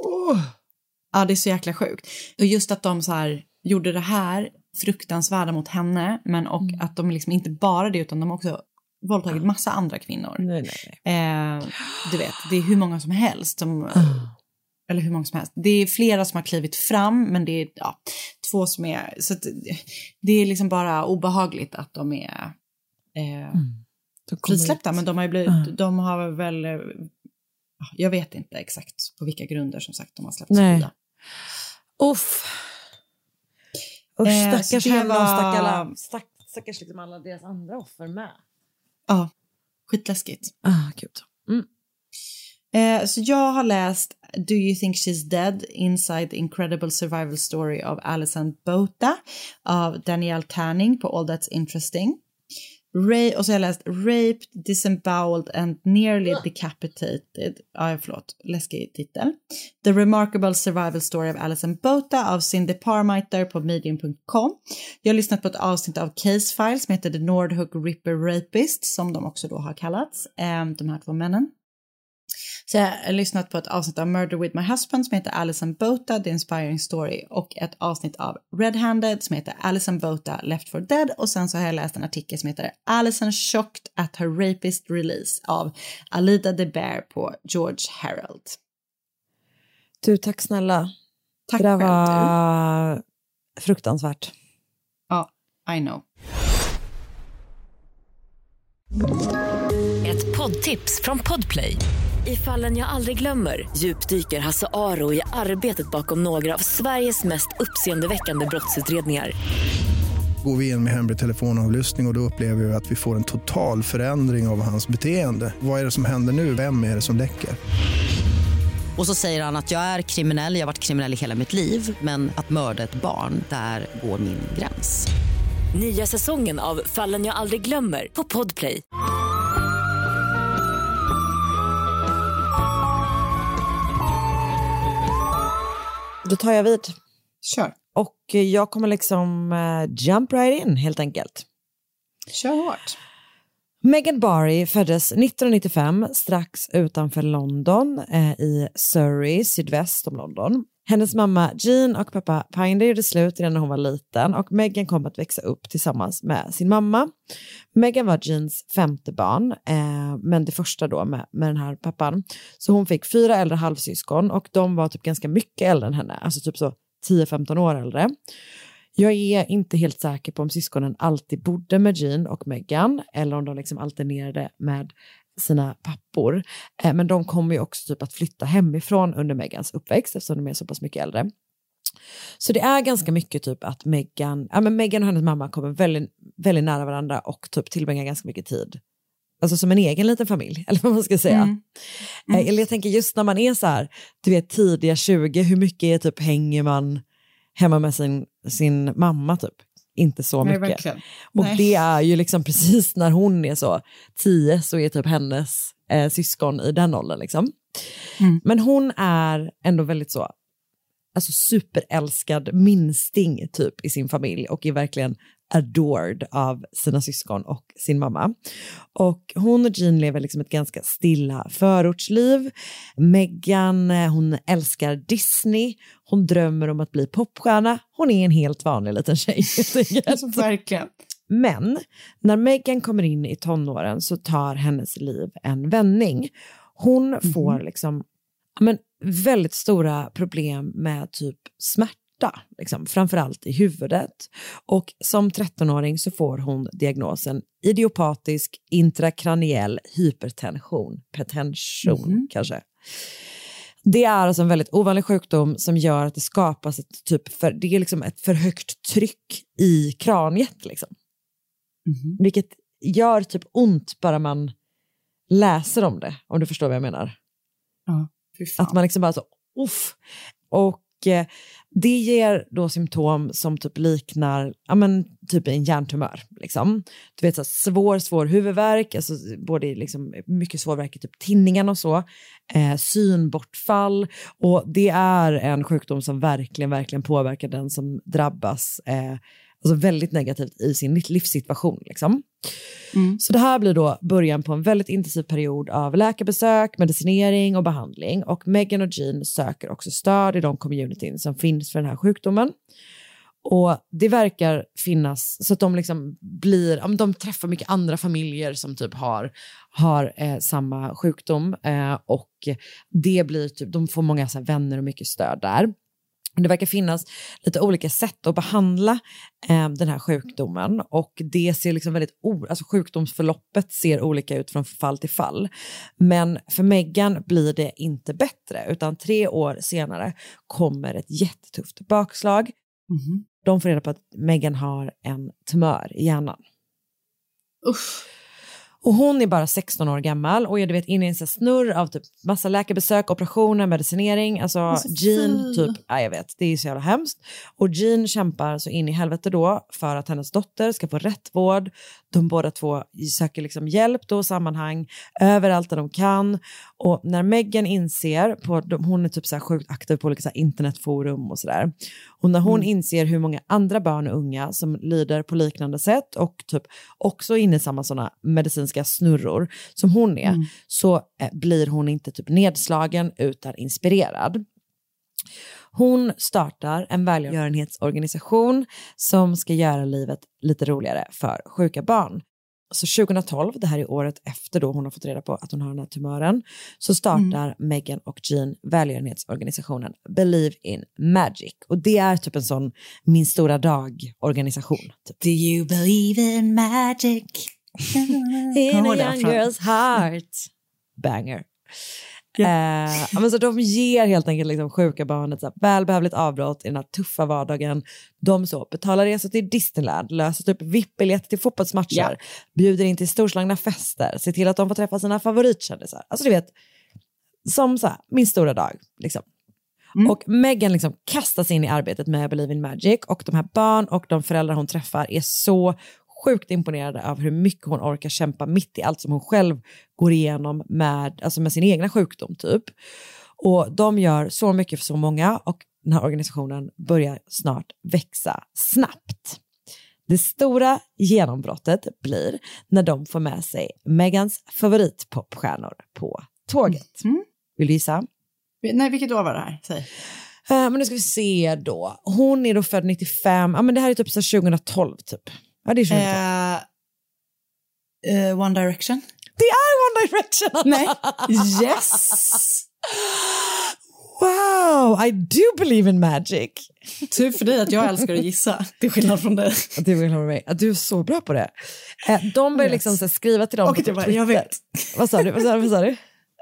Speaker 7: ja, det är så jäkla sjukt. Och just att de så här gjorde det här fruktansvärda mot henne, men och
Speaker 6: Mm.
Speaker 7: att de liksom inte bara det, utan de har också våldtagit massa andra kvinnor.
Speaker 6: Nej, nej, nej.
Speaker 7: Eh, du vet, det är hur många som helst som,
Speaker 6: Ah.
Speaker 7: eller hur många som helst. Det är flera som har klivit fram, men det är ja, två som är, så att, det är liksom bara obehagligt att de är eh,
Speaker 6: Mm. De kommer
Speaker 7: frisläppta,
Speaker 6: ut.
Speaker 7: men de har ju blivit,
Speaker 6: Ah.
Speaker 7: de har väl, eh, jag vet inte exakt på vilka grunder som sagt de har släppts
Speaker 6: Nej.
Speaker 7: fria.
Speaker 6: Uff. Usch,
Speaker 7: Eh, så
Speaker 6: stackars
Speaker 7: det
Speaker 6: henne och
Speaker 7: var-
Speaker 6: stackars, stack, stackars liksom alla deras andra offer med.
Speaker 7: Ja, skitläskigt.
Speaker 6: Ah, gud. Mm.
Speaker 7: Eh, så jag har läst Do You Think She's Dead? Inside the Incredible Survival Story of Alison Botha av Danielle Tanning på All That's Interesting. Ra- och så har jag läst Raped, Disemboweled and Nearly Decapitated. Ja, förlåt. Läskig titel. The Remarkable Survival Story of Alison Botha av Cindy Parmiter på medium punkt com. Jag har lyssnat på ett avsnitt av Case Files som heter The Nordhook Ripper Rapist, som de också då har kallats, eh, de här två männen. Så jag har lyssnat på ett avsnitt av Murder with My Husband som heter Alison Botha, The Inspiring Story, och ett avsnitt av Red-Handed som heter Alison Botha, Left for Dead, och sen så har jag läst en artikel som heter Alison Shocked at Her Rapist Release av Alida De Bear på George Herald.
Speaker 6: Du, tack snälla.
Speaker 7: Tack
Speaker 6: Det där
Speaker 7: själv,
Speaker 6: var fruktansvärt.
Speaker 7: Ja, I know.
Speaker 5: Ett poddtips från Podplay. I Fallen jag aldrig glömmer djupdyker Hasse Aro i arbetet bakom några av Sveriges mest uppseendeväckande brottsutredningar.
Speaker 10: Går vi in med hemlig telefonavlyssning och, och då upplever vi att vi får en total förändring av hans beteende. Vad är det som händer nu? Vem är det som läcker?
Speaker 11: Och så säger han att jag är kriminell, jag har varit kriminell i hela mitt liv. Men att mörda ett barn, där går min gräns.
Speaker 5: Nya säsongen av Fallen jag aldrig glömmer på Podplay.
Speaker 6: Då tar jag vid.
Speaker 7: Kör.
Speaker 6: Och jag kommer liksom uh, jump right in helt enkelt.
Speaker 7: Kör hårt.
Speaker 6: Meghan Barry föddes nittonhundranittiofem strax utanför London eh, i Surrey, sydväst om London. Hennes mamma Jean och pappa Pinder gjorde slut redan när hon var liten och Meghan kom att växa upp tillsammans med sin mamma. Meghan var Jeans femte barn, eh, men det första då med, med den här pappan. Så hon fick fyra äldre halvsyskon och de var typ ganska mycket äldre än henne, alltså typ så tio femton år äldre. Jag är inte helt säker på om syskonen alltid bodde med Jean och Meghan eller om de liksom alternerade med sina pappor. Eh, men de kommer ju också typ att flytta hemifrån under Meghans uppväxt eftersom de är så pass mycket äldre. Så det är ganska mycket typ att Meghan, ja men Meghan och hennes mamma kommer väldigt, väldigt nära varandra och typ tillbringar ganska mycket tid. Alltså som en egen liten familj, eller vad man ska säga. Mm. Mm. Eh, eller jag tänker just när man är så här, du vet tidiga tjugo, hur mycket är typ hänger man hemma med sin, sin mamma typ? Inte så
Speaker 7: Nej,
Speaker 6: mycket.
Speaker 7: Verkligen.
Speaker 6: Och
Speaker 7: Nej.
Speaker 6: det är ju liksom precis när hon är så tio så är typ hennes eh, syskon i den åldern liksom. Mm. Men hon är ändå väldigt så alltså superälskad minsting typ i sin familj och är verkligen adored av sina syskon och sin mamma. Och hon och Jean lever liksom ett ganska stilla förortsliv. Meghan, hon älskar Disney. Hon drömmer om att bli popstjärna. Hon är en helt vanlig liten tjej.
Speaker 7: Alltså, verkligen.
Speaker 6: Men när Meghan kommer in i tonåren så tar hennes liv en vändning. Hon mm-hmm. får liksom men, väldigt stora problem med typ smärta. Liksom, framförallt i huvudet. Och som trettonåring så får hon diagnosen idiopatisk intrakraniell hypertension. Pretension mm. kanske. Det är alltså en väldigt ovanlig sjukdom som gör att det skapas ett typ för, det är liksom ett för högt tryck i kraniet. Liksom. Mm. Vilket gör typ ont bara man läser om det. Om du förstår vad jag menar.
Speaker 7: Ja, fy fan.
Speaker 6: Att man liksom bara så, uff. Och eh, det ger då symptom som typ liknar ja, men, typ en hjärntumör. Liksom. Du vet så svår, svår huvudvärk, alltså, både liksom, mycket svår värk i typ tinningen och så. Eh, synbortfall. Och det är en sjukdom som verkligen, verkligen påverkar den som drabbas eh, alltså väldigt negativt i sin livssituation. Liksom. Mm. Så det här blir då början på en väldigt intensiv period av läkarbesök, medicinering och behandling. Och Meghan och Jean söker också stöd i de communityn som finns för den här sjukdomen. Och det verkar finnas så att de liksom blir, de träffar mycket andra familjer som typ har, har eh, samma sjukdom. Eh, och det blir typ, de får många så här, vänner och mycket stöd där. Det verkar finnas lite olika sätt att behandla eh, den här sjukdomen och det ser liksom väldigt o- alltså sjukdomsförloppet ser olika ut från fall till fall. Men för Meghan blir det inte bättre utan tre år senare kommer ett jättetufft bakslag. Mm-hmm. De får reda på att Meghan har en tumör i hjärnan.
Speaker 7: Usch.
Speaker 6: Och hon är bara sexton år gammal och jag vet inne i en snurr av typ massa läkarbesök, operationer, medicinering. Alltså, alltså Jean typ, ja jag vet, det är så jävla hemskt. Och Jean kämpar så in i helvete då för att hennes dotter ska få rätt vård. De båda två söker liksom hjälp då, sammanhang, överallt där de kan. Och när Meghan inser, på, de, hon är typ så här sjukt aktiv på olika så här internetforum och sådär. Och när hon mm. inser hur många andra barn och unga som lider på liknande sätt och typ också inne i samma sådana medicinska snurror som hon är, mm. så eh, blir hon inte typ nedslagen utan inspirerad. Hon startar en välgörenhetsorganisation som ska göra livet lite roligare för sjuka barn. Så tjugohundratolv, det här är året efter då hon har fått reda på att hon har den här tumören, så startar mm. Meghan och Jean välgörenhetsorganisationen Believe in Magic. Och det är typ en sån min stora dag-organisation. Typ.
Speaker 7: Do you believe in magic?
Speaker 6: In a young girl's heart. Banger. Yeah. Eh, men så de ger helt enkelt liksom sjuka barnet så här, välbehövligt avbrott i den här tuffa vardagen. De så betalar resor till Disneyland, löser typ V I P-biljetter till fotbollsmatcher, yeah. bjuder in till storslagna fester, ser till att de får träffa sina favoritkändisar. Alltså du vet, som så här, min stora dag liksom. Mm. Och Meghan liksom kastas in i arbetet med Believe in Magic, och de här barn och de föräldrar hon träffar är så sjukt imponerade av hur mycket hon orkar kämpa mitt i allt som hon själv går igenom med, alltså med sin egna sjukdom typ. Och de gör så mycket för så många, och den här organisationen börjar snart växa snabbt. Det stora genombrottet blir när de får med sig Meghans favoritpopstjärnor på tåget. Mm. Vill du gissa?
Speaker 7: Nej, vilket år var det här? Säg.
Speaker 6: Uh, men nu ska vi se då. Hon är då född nittiofem. Ja, men det här är typ så tjugohundratolv typ. Ja, det är tjugohundratolv.
Speaker 7: Uh, uh, One Direction.
Speaker 6: Det är One Direction!
Speaker 7: Nej. Yes!
Speaker 6: Wow, I do believe in magic.
Speaker 7: Tur för dig att jag älskar att gissa. Till skillnad från dig.
Speaker 6: Det är skillnad från mig. Du är så bra på det. De börjar liksom så skriva till dem.
Speaker 7: Och det var, jag vet.
Speaker 6: Vad sa du? Vad sa du? Vad sa du?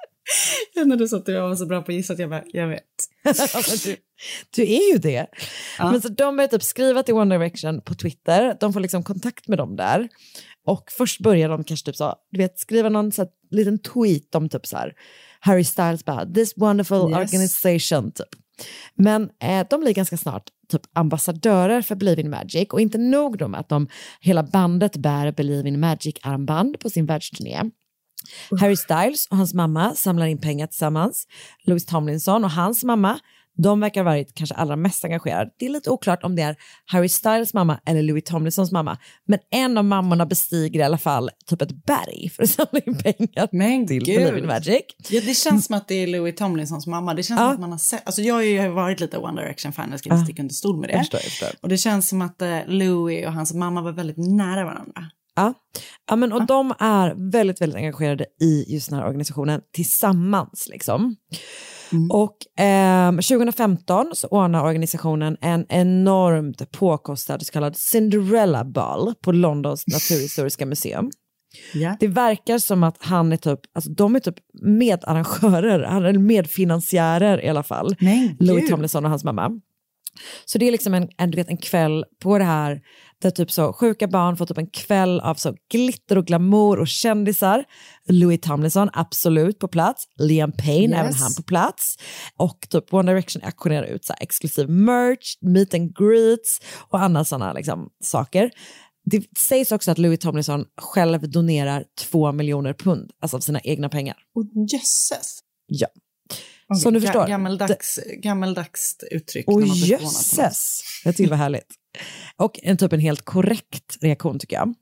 Speaker 7: Ja, när du sa att jag var så bra på att gissa att jag bara, jag vet.
Speaker 6: du, du är ju det. Ja. Men så de börjar typ skriva till One Direction på Twitter. De får liksom kontakt med dem där. Och först börjar de kanske typ så, du vet, skriva någon så här, liten tweet om typ så här Harry Styles bara, this wonderful yes. organization typ. Men eh, de blir ganska snart typ ambassadörer för Believe in Magic, och inte nog då med att de, hela bandet bär Believe in Magic-armband på sin världsturné. Uh. Harry Styles och hans mamma samlar in pengar tillsammans. Louis Tomlinson och hans mamma, de verkar ha varit kanske allra mest engagerade. Det är lite oklart om det är Harry Styles mamma eller Louis Tomlinsons mamma. Men en av mammorna bestiger i alla fall typ ett berg för att samla in pengar
Speaker 7: men
Speaker 6: till Believe in Magic.
Speaker 7: Ja, det känns som att det är Louis Tomlinsons mamma. Det känns ja. som att man har sett... Alltså jag har ju varit lite One Direction-fan. Jag ska inte sticka under stol med det.
Speaker 6: Jag förstår, jag förstår.
Speaker 7: Och det känns som att uh, Louis och hans mamma var väldigt nära varandra.
Speaker 6: Ja, ja men och ja. de är väldigt, väldigt engagerade i just den här organisationen tillsammans liksom. Mm. Och eh, tjugohundrafemton så ordnar organisationen en enormt påkostad så kallad Cinderella Ball på Londons naturhistoriska museum. Yeah. Det verkar som att han är typ, alltså de är typ medarrangörer, han är medfinansiärer i alla fall.
Speaker 7: Nej,
Speaker 6: Louis Tomlinson och hans mamma. Så det är liksom en, en, du vet, en kväll på det här där typ så sjuka barn får typ en kväll av så glitter och glamour och kändisar. Louis Tomlinson absolut på plats. Liam Payne, yes. även han på plats. Och typ One Direction aktionerar ut så här exklusiv merch, meet and greets och andra sådana liksom saker. Det sägs också att Louis Tomlinson själv donerar två miljoner pund, alltså av sina egna pengar.
Speaker 7: Och jösses.
Speaker 6: Ja.
Speaker 7: Okay,
Speaker 6: som du förstår.
Speaker 7: Ga- gammaldags, gammaldags uttryck.
Speaker 6: Och jösses. Jag tycker det var härligt. Och en typ en helt korrekt reaktion tycker jag.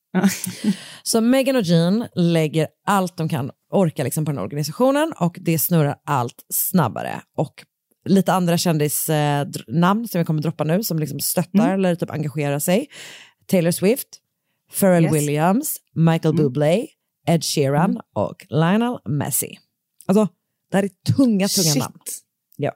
Speaker 6: Så Meghan och Jean lägger allt de kan orka liksom på den organisationen, och det snurrar allt snabbare. Och lite andra kändisnamn eh, som jag kommer droppa nu som liksom stöttar mm. eller typ engagerar sig. Taylor Swift, Pharrell yes. Williams, Michael mm. Bublé, Ed Sheeran mm. och Lionel Messi. Alltså det här är tunga, tunga
Speaker 7: Shit.
Speaker 6: namn. Ja.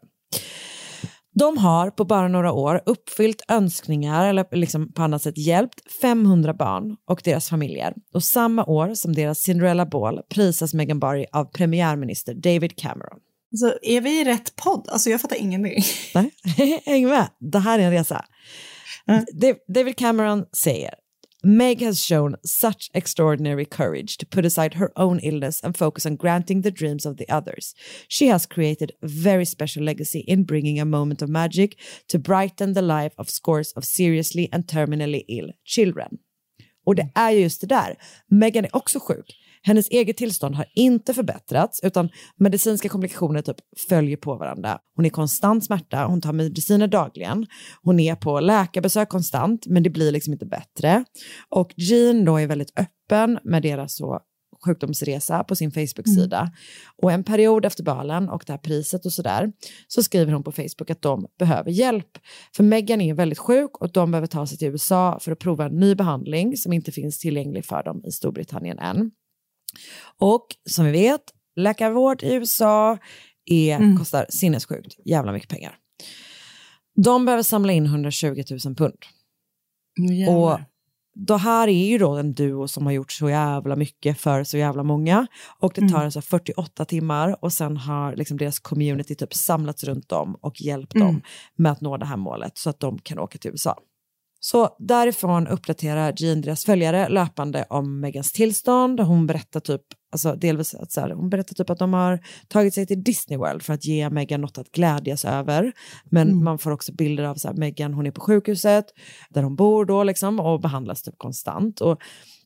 Speaker 6: De har på bara några år uppfyllt önskningar eller liksom på annat sätt hjälpt femhundra barn och deras familjer. Och samma år som deras Cinderella Ball prisas Meghan Barry av premiärminister David Cameron.
Speaker 7: Så är vi i rätt podd? Alltså jag fattar ingenting.
Speaker 6: Nej, häng med. Det här är en resa. Mm. David Cameron säger: Meg has shown such extraordinary courage to put aside her own illness and focus on granting the dreams of the others. She has created a very special legacy in bringing a moment of magic to brighten the life of scores of seriously and terminally ill children. Och det är just det där. Meghan är också sjuk. Hennes eget tillstånd har inte förbättrats, utan medicinska komplikationer typ följer på varandra. Hon är konstant smärta, hon tar mediciner dagligen. Hon är på läkarbesök konstant, men det blir liksom inte bättre. Och Jean då är väldigt öppen med deras så sjukdomsresa på sin Facebook-sida. Mm. Och en period efter balen och det här priset och sådär, så skriver hon på Facebook att de behöver hjälp. För Meghan är väldigt sjuk och de behöver ta sig till U S A för att prova en ny behandling som inte finns tillgänglig för dem i Storbritannien än. Och som vi vet, läkarvård i U S A är, mm. kostar sinnessjukt jävla mycket pengar. De behöver samla in hundratjugo tusen pund.
Speaker 7: Mm,
Speaker 6: och det här är ju då en duo som har gjort så jävla mycket för så jävla många. Och det tar mm. alltså fyrtioåtta timmar och sen har liksom deras community typ samlats runt dem och hjälpt mm. dem med att nå det här målet så att de kan åka till U S A. Så därifrån uppdaterar Jean deras följare löpande om Megans tillstånd. Hon berättar typ, alltså delvis att så här, hon berättar typ att de har tagit sig till Disney World för att ge Megan något att glädjas över. Men mm. man får också bilder av så här, Megan, hon är på sjukhuset där hon bor då liksom och behandlas typ konstant. Och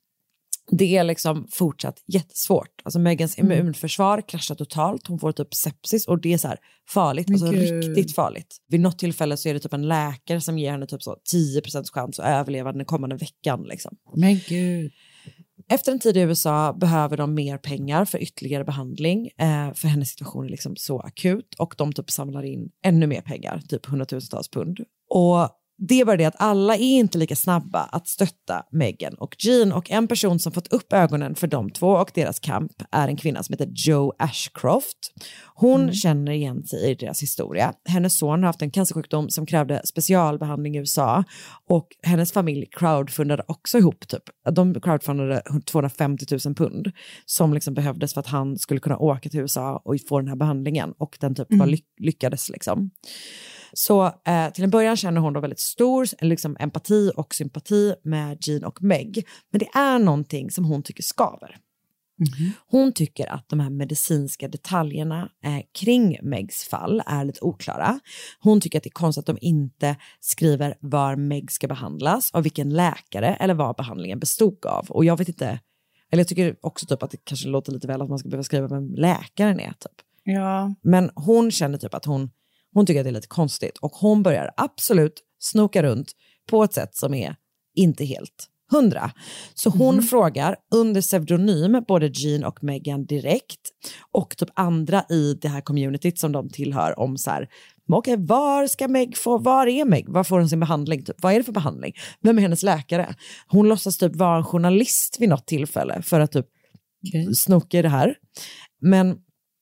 Speaker 6: det är liksom fortsatt jättesvårt. Alltså Megans mm. immunförsvar kraschar totalt. Hon får typ sepsis och det är så här farligt. Alltså riktigt farligt. Vid något tillfälle så är det typ en läkare som ger henne typ så tio procent chans att överleva den kommande veckan liksom.
Speaker 7: Men gud.
Speaker 6: Efter en tid i U S A behöver de mer pengar för ytterligare behandling. Eh, för hennes situation är liksom så akut. Och de typ samlar in ännu mer pengar. Typ hundratusentals pund. Och det är bara det att alla är inte lika snabba att stötta Megan och Jean. Och en person som fått upp ögonen för de två och deras kamp är en kvinna som heter Jo Ashcroft. Hon mm. känner igen sig i deras historia. Hennes son har haft en cancersjukdom som krävde specialbehandling i U S A. Och hennes familj crowdfundade också ihop typ. De crowdfundade tvåhundrafemtio tusen pund som liksom behövdes för att han skulle kunna åka till U S A och få den här behandlingen. Och den typ mm. var ly- lyckades liksom. Så eh, till en början känner hon då väldigt stor liksom, empati och sympati med Jean och Meg. Men det är någonting som hon tycker skaver. Mm-hmm. Hon tycker att de här medicinska detaljerna eh, kring Megs fall är lite oklara. Hon tycker att det är konstigt att de inte skriver var Meg ska behandlas, av vilken läkare eller vad behandlingen bestod av. Och jag vet inte, eller jag tycker också typ att det kanske låter lite väl att man ska behöva skriva vem läkaren är typ.
Speaker 7: Ja.
Speaker 6: Men hon känner typ att hon Hon tycker att det är lite konstigt och hon börjar absolut snoka runt på ett sätt som är inte helt hundra. Så hon mm. frågar under pseudonym både Jean och Megan direkt och typ andra i det här communityt som de tillhör om så här, okej, okay, var ska Meg få, var är Meg? Var får hon sin behandling? Typ? Vad är det för behandling? Vem är hennes läkare? Hon låtsas typ vara en journalist vid något tillfälle för att typ okay. snoka i det här. Men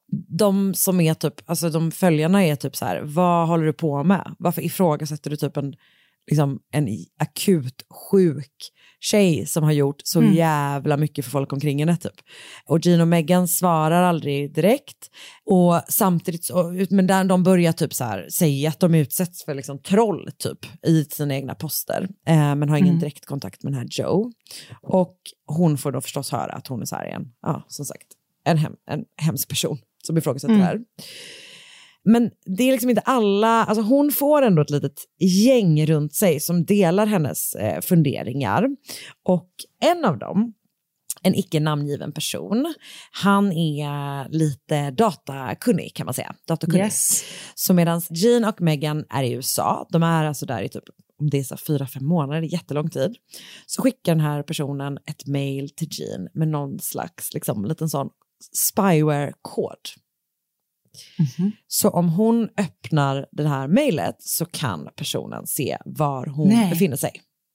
Speaker 6: de som är typ, alltså de följarna är typ så här, vad håller du på med? Varför ifrågasätter du typ en, liksom en akut sjuk tjej som har gjort så mm. jävla mycket för folk omkring henne typ. Och Jean och Megan svarar aldrig direkt. Och samtidigt så, men där de börjar typ så här säga att de utsätts för liksom troll typ i sina egna poster. Eh, men har ingen mm. direkt kontakt med den här Jo. Och hon får då förstås höra att hon är så här igen, ja som sagt, en, hem, en hemsk person som ifrågasätter mm. det här. Men det är liksom inte alla, alltså hon får ändå ett litet gäng runt sig som delar hennes eh, funderingar. Och en av dem, en icke namngiven person, han är lite datakunnig kan man säga. Datakunnig.
Speaker 7: Yes.
Speaker 6: Så medan Jean och Megan är i U S A, de är alltså där i typ, om det är så fyra, fem månader, det är jättelång tid, så skickar den här personen ett mail till Jean med någon slags liksom liten sån spyware-kod. Mm-hmm. Så om hon öppnar det här mejlet så kan personen se var hon Nej. befinner sig.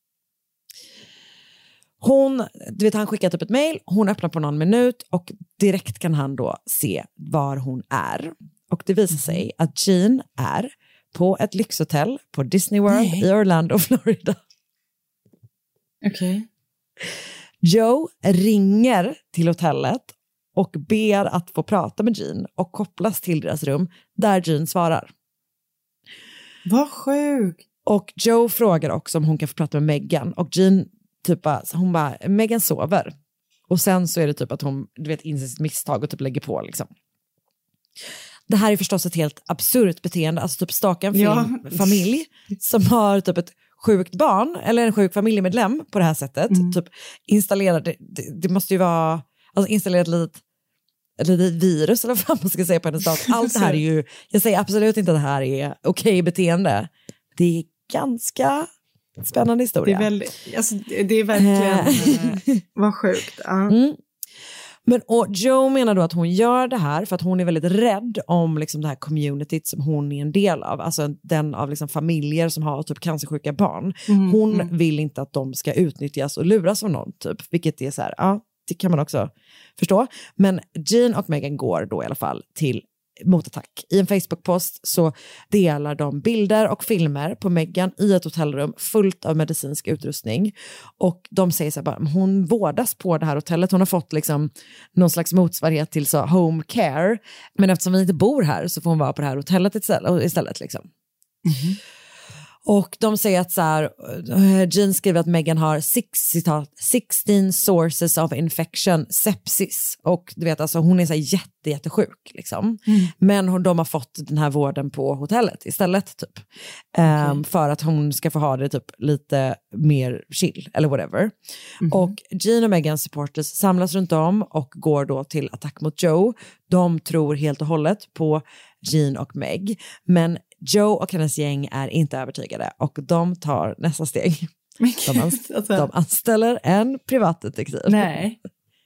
Speaker 6: Hon, du vet, han skickar upp ett mejl, hon öppnar på någon minut och direkt kan han då se var hon är. Och det visar mm-hmm. sig att Jean är på ett lyxhotell på Disney World Nej. i Orlando, Florida.
Speaker 7: Okej. Okay.
Speaker 6: Jo ringer till hotellet och ber att få prata med Jean och kopplas till deras rum där Jean svarar.
Speaker 7: Vad sjukt.
Speaker 6: Och Jo frågar också om hon kan få prata med Megan. Och Jean typ bara, hon bara, Megan sover. Och sen så är det typ att hon, du vet, inser sitt misstag och typ lägger på liksom. Det här är förstås ett helt absurt beteende. Alltså typ staka en
Speaker 7: ja.
Speaker 6: familj som har typ ett sjukt barn eller en sjuk familjemedlem på det här sättet. Mm. Typ installera, det, det, det måste ju vara, alltså installera ett litet, ett litet virus eller vad man ska säga på hennes dator. Allt det här är ju, jag säger absolut inte att det här är okej okay beteende. Det är ganska spännande historia.
Speaker 7: Det är, väldigt, alltså, det är verkligen, vad sjukt. Ja.
Speaker 6: Mm. Men och Jo menar då att hon gör det här för att hon är väldigt rädd om liksom det här communityt som hon är en del av. Alltså den av liksom familjer som har typ cancersjuka barn. Mm, hon mm. vill inte att de ska utnyttjas och luras av någon typ. Vilket är så här, ja, det kan man också förstå. Men Jean och Megan går då i alla fall till motattack. I en Facebook-post så delar de bilder och filmer på Meghan i ett hotellrum fullt av medicinsk utrustning. Och de säger så här bara, hon vårdas på det här hotellet. Hon har fått liksom någon slags motsvarighet till så home care. Men eftersom vi inte bor här så får hon vara på det här hotellet istället. istället liksom. Mm-hmm. Och de säger att så här, Jean skriver att Meghan har six, citat, sexton sources of infection, sepsis. Och du vet, alltså, hon är så här jätte, jättesjuk. Liksom. Mm. Men hon, de har fått den här vården på hotellet istället. Typ. Okay. Um, för att hon ska få ha det typ lite mer chill eller whatever. Mm. Och Jean och Meghans supporters samlas runt om och går då till attack mot Joe. De tror helt och hållet på Jean och Meg. Men Joe och hennes gäng är inte övertygade och de tar nästa steg. De, anst- alltså. de anställer en privatdetektiv.
Speaker 7: Nej.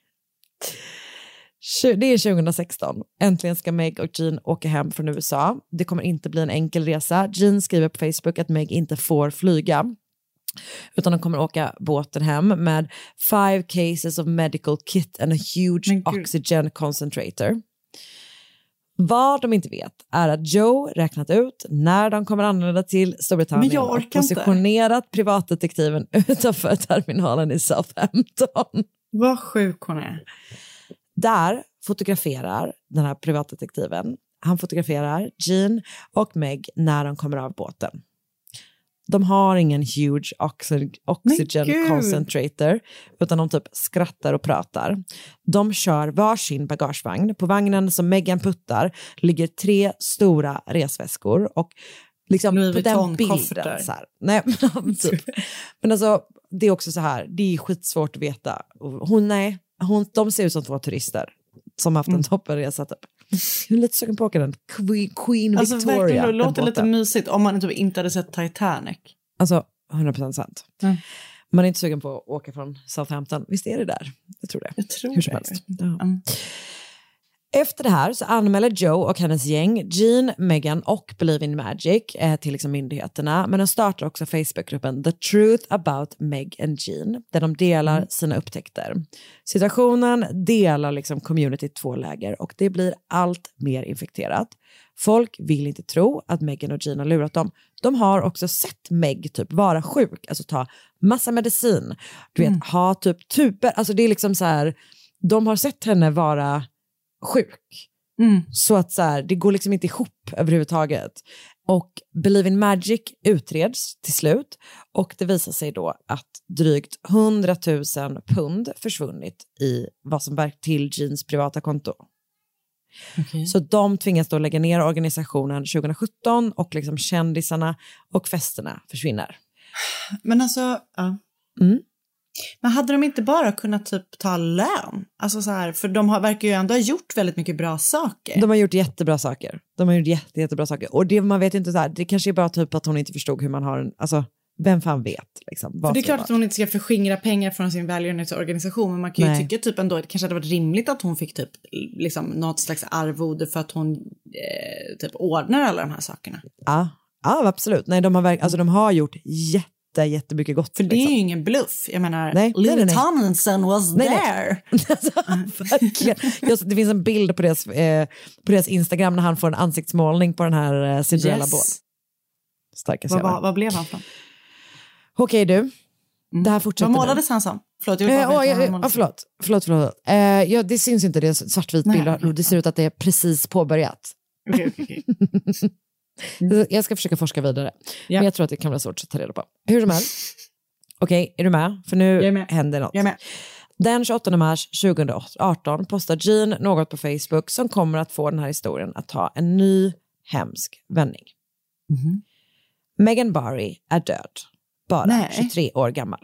Speaker 6: Det är tjugohundrasexton. Äntligen ska Meg och Jean åka hem från U S A. Det kommer inte bli en enkel resa. Jean skriver på Facebook att Meg inte får flyga. Utan de kommer åka båten hem med five cases of medical kit and a huge oxygen concentrator. Vad de inte vet är att Joe räknat ut när de kommer anlända till Storbritannien och positionerat inte. privatdetektiven utanför terminalen i Southampton.
Speaker 7: Vad sjuk hon är.
Speaker 6: Där fotograferar den här privatdetektiven, han fotograferar Jean och Meg när de kommer av båten. De har ingen huge oxy- oxygen concentrator utan de typ skrattar och pratar. De kör varsin bagagevagn. På vagnen som Meghan puttar ligger tre stora resväskor och liksom på den bilden så här. Nej, typ. Men alltså det är också så här, det är skitsvårt att veta. Hon nej, hon de ser ut som två turister som haft en mm. toppenresa typ. Jag är lite sugen på att åka den. Queen, Queen
Speaker 7: alltså,
Speaker 6: Victoria.
Speaker 7: Verkligen, det låter lite mysigt om man typ inte hade sett Titanic.
Speaker 6: Alltså, hundra procent sant.
Speaker 7: Mm.
Speaker 6: Man är inte sugen på att åka från Southampton. Visst är det där? Jag tror det.
Speaker 7: Jag tror
Speaker 6: Hur som
Speaker 7: det.
Speaker 6: helst. Ja. Mm. Efter det här så anmäler Joe och hennes gäng Jean, Meghan och Believe in Magic eh, till liksom myndigheterna. Men de startar också Facebookgruppen The Truth About Meg and Jean där de delar mm. sina upptäckter. Situationen delar liksom community i två läger och det blir allt mer infekterat. Folk vill inte tro att Meghan och Jean har lurat dem. De har också sett Meg typ vara sjuk, alltså ta massa medicin. Du vet, mm. ha typ tuber, alltså det är liksom så här, de har sett henne vara sjuk. Mm. Så att så här, det går liksom inte ihop överhuvudtaget. Och Believe in Magic utreds till slut och det visar sig då att drygt hundratusen pund försvunnit i vad som verkar till Jeans privata konto. Okay. Så de tvingas då lägga ner organisationen tjugosjutton och liksom kändisarna och festerna försvinner.
Speaker 7: Men alltså, ja. Mm. Men hade de inte bara kunnat typ ta lön? Alltså så här, för de har, verkar ju ändå ha gjort väldigt mycket bra saker.
Speaker 6: De har gjort jättebra saker. De har gjort jätte, jättebra saker. Och det man vet inte så här, det kanske är bara typ att hon inte förstod hur man har en, alltså vem fan vet liksom.
Speaker 7: För det är klart att hon inte ska förskingra pengar från sin välgörenhetsorganisation, men man kan ju Nej. tycka typ ändå att det kanske hade varit rimligt att hon fick typ liksom något slags arvode för att hon eh, typ ordnar alla de här sakerna.
Speaker 6: Ja, ja absolut. Nej, de har, verk- alltså, de har gjort jätte jättemycket gott.
Speaker 7: För det
Speaker 6: liksom.
Speaker 7: är ju ingen bluff. Jag menar,
Speaker 6: nej,
Speaker 7: Lily
Speaker 6: nej, nej.
Speaker 7: Tomlinson was
Speaker 6: nej,
Speaker 7: there.
Speaker 6: Nej. Alltså, verkligen. Just, det finns en bild på deras, eh, på deras Instagram när han får en ansiktsmålning på den här eh, Cinderella-båten. Yes. Starka
Speaker 7: vad, vad, vad blev han från?
Speaker 6: Okej okay, du. Mm. Det här fortsätter.
Speaker 7: Vad målades han som? Förlåt, jag
Speaker 6: eh, oh, jag, jag, förlåt, förlåt, förlåt. Eh, ja, det syns inte, det är svartvit bild. Okay. Det ser ut att det är precis påbörjat.
Speaker 7: Okej, okay, okej. Okay, okay.
Speaker 6: Mm. Jag ska försöka forska vidare. Ja. Men jag tror att det kan vara svårt att ta reda på. Hur som helst. Okej, okay, är du med? För nu
Speaker 7: med.
Speaker 6: händer något.
Speaker 7: Jag är med.
Speaker 6: Den tjugoåttonde mars tjugoarton postar Jean något på Facebook som kommer att få den här historien att ta en ny hemsk vändning. Mm-hmm. Meghan Barry är död. Bara Nej. tjugotre år gammal.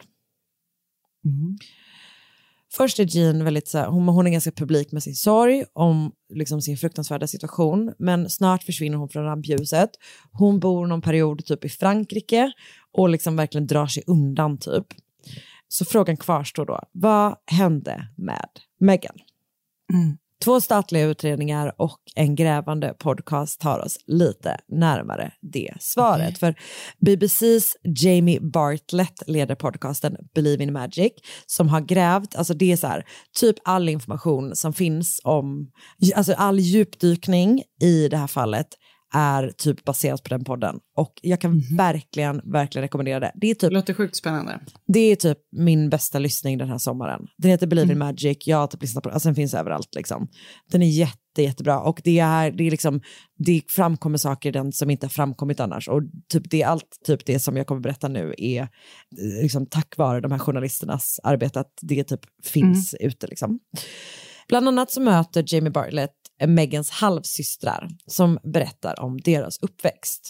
Speaker 6: Mm. Först är Jean väldigt så här, hon, hon är ganska publik med sin sorg om liksom sin fruktansvärda situation, men snart försvinner hon från rampljuset. Hon bor någon period typ i Frankrike och liksom verkligen drar sig undan typ. Så frågan kvarstår då, vad hände med Meghan? Mm. Två statliga utredningar och en grävande podcast tar oss lite närmare det svaret. Okay. För B B C:s Jamie Bartlett leder podcasten Believe in Magic som har grävt, alltså det är så här, typ all information som finns om, alltså all djupdykning i det här fallet är typ baserat på den podden. Och jag kan mm. verkligen, verkligen rekommendera det. Det är typ,
Speaker 7: låter sjukt spännande.
Speaker 6: Det är typ min bästa lyssning den här sommaren. Den heter Believe in mm. Magic. Jag har typ lyssnat på den. Alltså den finns överallt liksom. Den är jätte, jättebra. Och det är, det är liksom, det framkommer saker i den som inte har framkommit annars. Och typ det är allt typ det som jag kommer berätta nu är liksom tack vare de här journalisternas arbete att det typ finns mm. ute liksom. Bland annat så möter Jamie Bartlett Megans halvsystrar som berättar om deras uppväxt.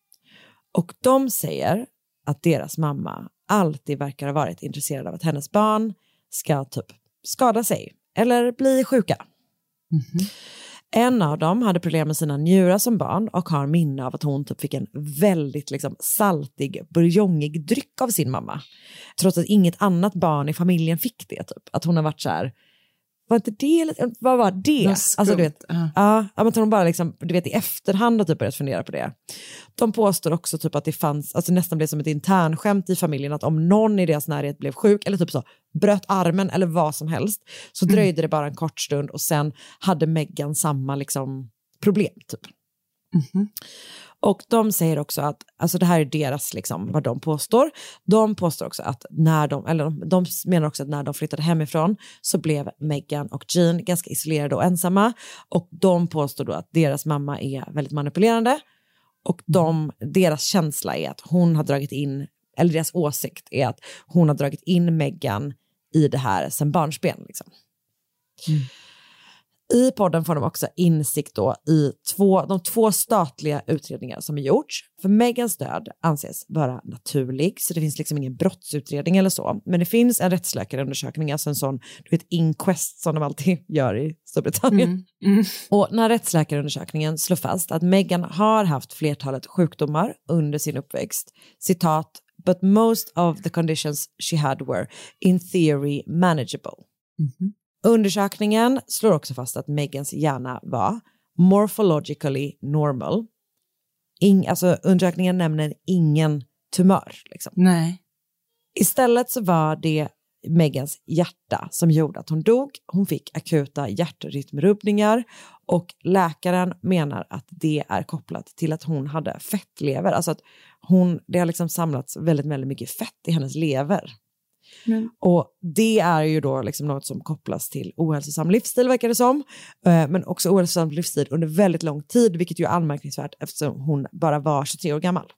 Speaker 6: Och de säger att deras mamma alltid verkar ha varit intresserad av att hennes barn ska typ skada sig eller bli sjuka. Mm-hmm. En av dem hade problem med sina njurar som barn och har minne av att hon typ fick en väldigt liksom saltig, burjongig dryck av sin mamma. Trots att inget annat barn i familjen fick det typ. Att hon har varit så här. Var inte det, vad var det? Alltså du vet, uh. ja, men hon bara liksom, du vet i efterhand har typ börjat fundera på det. De påstår också typ att det fanns, alltså nästan blev som ett internskämt i familjen att om någon i deras närhet blev sjuk eller typ så bröt armen eller vad som helst så dröjde mm. det bara en kort stund och sen hade Megan samma liksom problem typ. Mm-hmm. Och de säger också att, alltså det här är deras liksom, vad de påstår. De påstår också att när de, eller de, de menar också att när de flyttade hemifrån så blev Megan och Jean ganska isolerade och ensamma. Och de påstår då att deras mamma är väldigt manipulerande. Och de, deras känsla är att hon har dragit in, eller deras åsikt är att hon har dragit in Megan i det här sen barnsben liksom. Mm. I podden får de också insikt då i två, de två statliga utredningar som är gjorts. För Megans död anses vara naturlig, så det finns liksom ingen brottsutredning eller så. Men det finns en rättsläkarundersökning, alltså en sån, du vet, inquest som de alltid gör i Storbritannien. Mm. Mm. Och när rättsläkarundersökningen slår fast att Megan har haft flertalet sjukdomar under sin uppväxt, citat, but most of the conditions she had were in theory manageable. Mm. Undersökningen slår också fast att Megans hjärna var morphologically normal. In, alltså undersökningen nämner ingen tumör. Liksom.
Speaker 7: Nej.
Speaker 6: Istället så var det Megans hjärta som gjorde att hon dog. Hon fick akuta hjärtrytmrubbningar och läkaren menar att det är kopplat till att hon hade fettlever. Alltså att hon, det har liksom samlats väldigt, väldigt mycket fett i hennes lever. Mm. Och det är ju då liksom något som kopplas till ohälsosam livsstil verkar det som, men också ohälsosam livsstil under väldigt lång tid, vilket ju är anmärkningsvärt eftersom hon bara var tjugotre år gammal.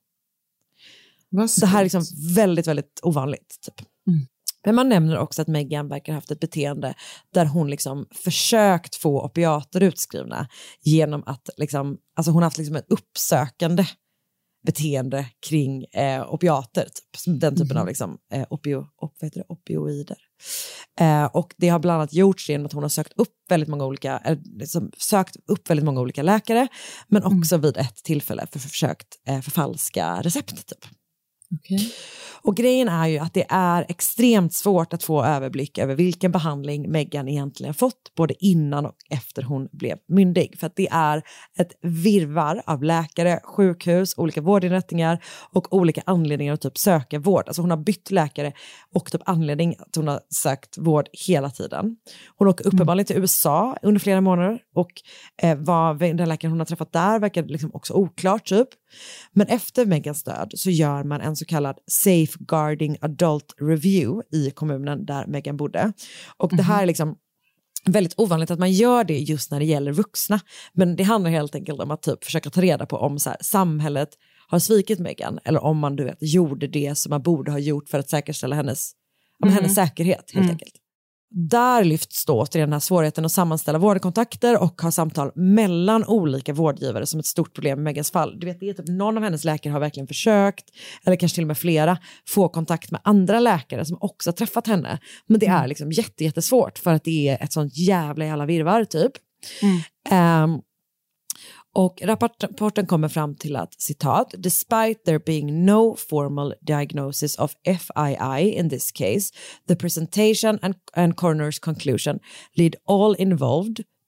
Speaker 6: Det här är liksom väldigt, väldigt ovanligt typ. Mm. Men man nämner också att Megan verkar ha haft ett beteende där hon liksom försökt få opiater utskrivna genom att liksom, alltså hon har haft liksom ett uppsökande beteende kring eh, opiater, typ. Den typen mm. av liksom, eh, opio, op, vad heter det? opioider. Eh, och det har bland annat gjorts genom att hon har sökt upp väldigt många olika, eh, liksom, sökt upp väldigt många olika läkare, men också mm. vid ett tillfälle för försökt eh, förfalska recept typ. Okay. Och grejen är ju att det är extremt svårt att få överblick över vilken behandling Megan egentligen fått både innan och efter hon blev myndig. För att det är ett virvar av läkare, sjukhus, olika vårdinrättningar och olika anledningar att typ söka vård. Alltså hon har bytt läkare och typ anledning att hon har sökt vård hela tiden. Hon åker uppenbarligen till U S A under flera månader och eh, vad den läkaren hon har träffat där verkar liksom också oklart typ. Men efter Megans död så gör man en så kallad Safeguarding Adult Review i kommunen där Megan bodde. Och mm-hmm. det här är liksom väldigt ovanligt att man gör det just när det gäller vuxna. Men det handlar helt enkelt om att typ försöka ta reda på om så här, samhället har svikit Megan. Eller om man du vet, gjorde det som man borde ha gjort för att säkerställa hennes, mm-hmm. hennes säkerhet helt mm. enkelt. Där lyfts då till den här svårigheten att sammanställa vårdkontakter och ha samtal mellan olika vårdgivare som ett stort problem med Megans fall. Du vet, det är typ någon av hennes läkare har verkligen försökt, eller kanske till och med flera, få kontakt med andra läkare som också har träffat henne. Men det är liksom jätte, jättesvårt för att det är ett sånt jävla jävla virvar typ. Mm. Um, Och rapporten kommer fram till att, citat, despite there being no formal diagnosis of F I I in this case, the presentation and, and coroner's conclusion lead all involved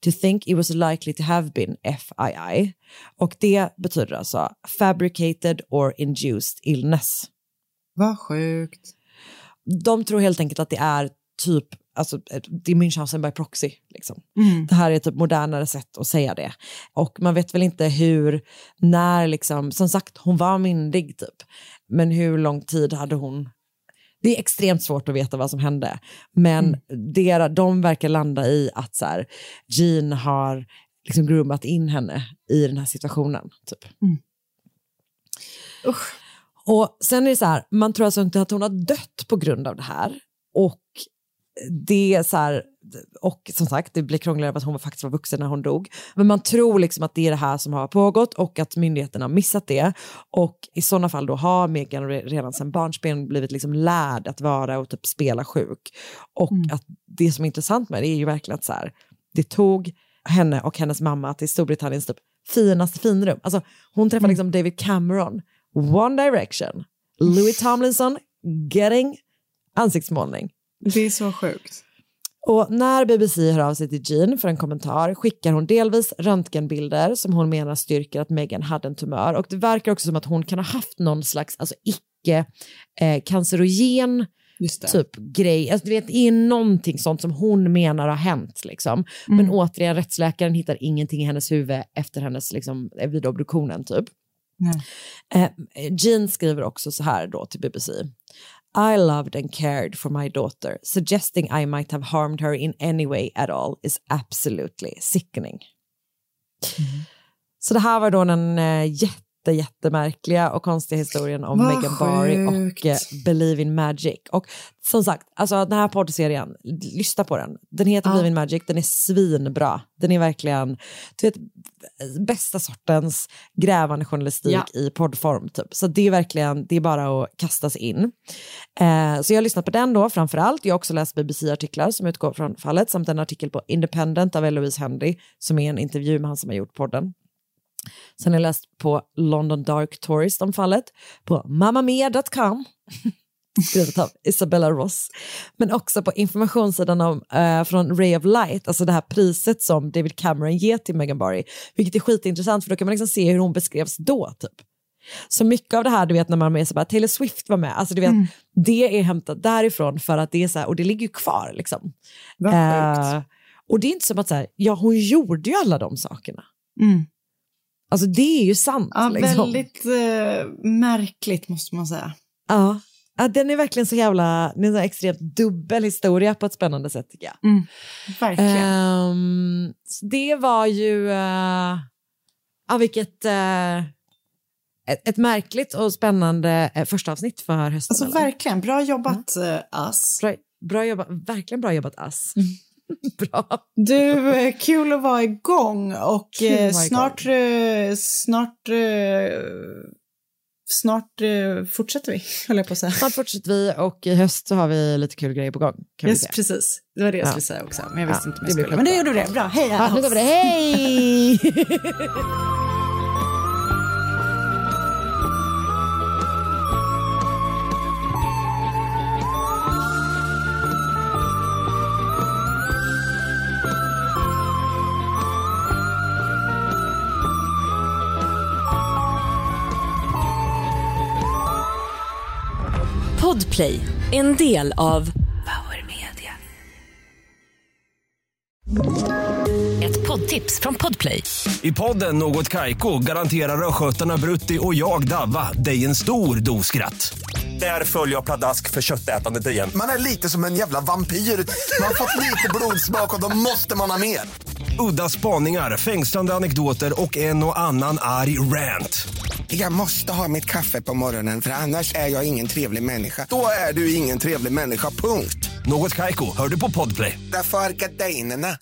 Speaker 6: to think it was likely to have been F I I. Och det betyder alltså fabricated or induced illness.
Speaker 7: Vad sjukt.
Speaker 6: De tror helt enkelt att det är typ, alltså det är Münchhausen by proxy liksom.
Speaker 7: Mm.
Speaker 6: Det här är typ modernare sätt att säga det. Och man vet väl inte hur, när liksom, som sagt hon var myndig typ. Men hur lång tid hade hon? Det är extremt svårt att veta vad som hände. Men mm. det, de verkar landa i att så här, Jean har liksom groomat in henne i den här situationen typ.
Speaker 7: Mm. Usch.
Speaker 6: Och sen är det så här, man tror alltså inte att hon har dött på grund av det här. Och det är så här, och som sagt, det blir krångligare av att hon faktiskt var vuxen när hon dog. Men man tror liksom att det är det här som har pågått och att myndigheterna har missat det. Och i sådana fall då har Meghan redan sedan barnsben blivit liksom lärd att vara och typ spela sjuk. Och mm. att det som är intressant med det är ju verkligen att så här, det tog henne och hennes mamma till Storbritanniens typ finaste finrum. Alltså hon träffade mm. liksom David Cameron, One Direction, Louis Tomlinson, getting ansiktsmålning.
Speaker 7: Det är så sjukt.
Speaker 6: Och när B B C hör av sig till Jean för en kommentar skickar hon delvis röntgenbilder som hon menar styrker att Meghan hade en tumör. Och det verkar också som att hon kan ha haft någon slags alltså icke eh, cancerogen typ grej. Alltså, du vet, det är någonting sånt som hon menar har hänt. Liksom. Mm. Men återigen, rättsläkaren hittar ingenting i hennes huvud efter hennes liksom, vid obduktionen typ.
Speaker 7: Mm.
Speaker 6: Eh, Jean skriver också så här då till B B C. I loved and cared for my daughter. Suggesting I might have harmed her in any way at all is absolutely sickening. Mm. Så det här var då den äh, jätte, jättemärkliga och konstiga historien om
Speaker 7: Vad
Speaker 6: Meghan Barry
Speaker 7: sjukt.
Speaker 6: och äh, Believe in Magic. Och som sagt, alltså den här poddserien, lyssna på den. Den heter ja. Believe in Magic, den är svinbra. Den är verkligen, du vet, bästa sortens grävande journalistik ja. I poddform typ. Så det är verkligen, det är bara att kasta sig in. Eh, så jag har lyssnat på den då framförallt. Jag har också läst B B C-artiklar som utgår från fallet samt en artikel på Independent av Eloise Henry som är en intervju med han som har gjort podden. Sen har jag läst på London Dark Tourist om fallet på mamamia dot com skrivet av Isabella Ross. Men också på informationssidan om, uh, från Ray of Light, alltså det här priset som David Cameron ger till Meghan Barry, vilket är skitintressant för då kan man liksom se hur hon beskrevs då typ. Så mycket av det här, du vet, när man är så bara Taylor Swift var med, alltså du vet, mm. det är hämtat därifrån för att det är så här, och det ligger ju kvar liksom. Uh, och det är inte som att så här, ja hon gjorde ju alla de sakerna.
Speaker 7: Mm.
Speaker 6: Alltså det är ju sant.
Speaker 7: Ja,
Speaker 6: liksom.
Speaker 7: Väldigt uh, märkligt måste man säga.
Speaker 6: Ja. Ja, den är verkligen så jävla, det är en så extremt dubbel historia på ett spännande sätt tycker jag.
Speaker 7: Mm, verkligen.
Speaker 6: Um, det var ju, uh, ja, vilket, uh, ett, ett märkligt och spännande uh, första avsnitt för hösten.
Speaker 7: Alltså eller? Verkligen, bra jobbat mm. uh, Us.
Speaker 6: Bra, bra jobbat, verkligen bra jobbat Us. Mm. Bra.
Speaker 7: Du, uh, kul att vara igång och uh, snart, uh, snart, uh, Snart eh, fortsätter vi, håller jag på att säga.
Speaker 6: Snart fortsätter vi och i höst så har vi lite kul grejer på gång. Kan
Speaker 7: yes,
Speaker 6: vi säga.
Speaker 7: Precis. Det var det jag skulle ja. säga också. Men jag visste
Speaker 6: ja,
Speaker 7: inte om jag skulle. Men det gjorde det. Bra, hej.
Speaker 6: Ja, nu går vi det. Hej!
Speaker 5: Podplay, en del av Power Media. Ett poddtips från Podplay.
Speaker 8: I podden Något Kaiko garanterar röskötarna Brutti och jag Davva dig en stor doskratt. Där följer jag pladask för köttätandet igen.
Speaker 9: Man är lite som en jävla vampyr. Man har fått lite blodsmak och då måste man ha mer.
Speaker 8: Udda spaningar, fängslande anekdoter och en och annan arg rant.
Speaker 9: Jag måste ha mitt kaffe på morgonen för annars är jag ingen trevlig människa. Då är du ingen trevlig människa, punkt.
Speaker 8: Något Kaiko, hör du på Podplay.
Speaker 9: Därför är gardinerna.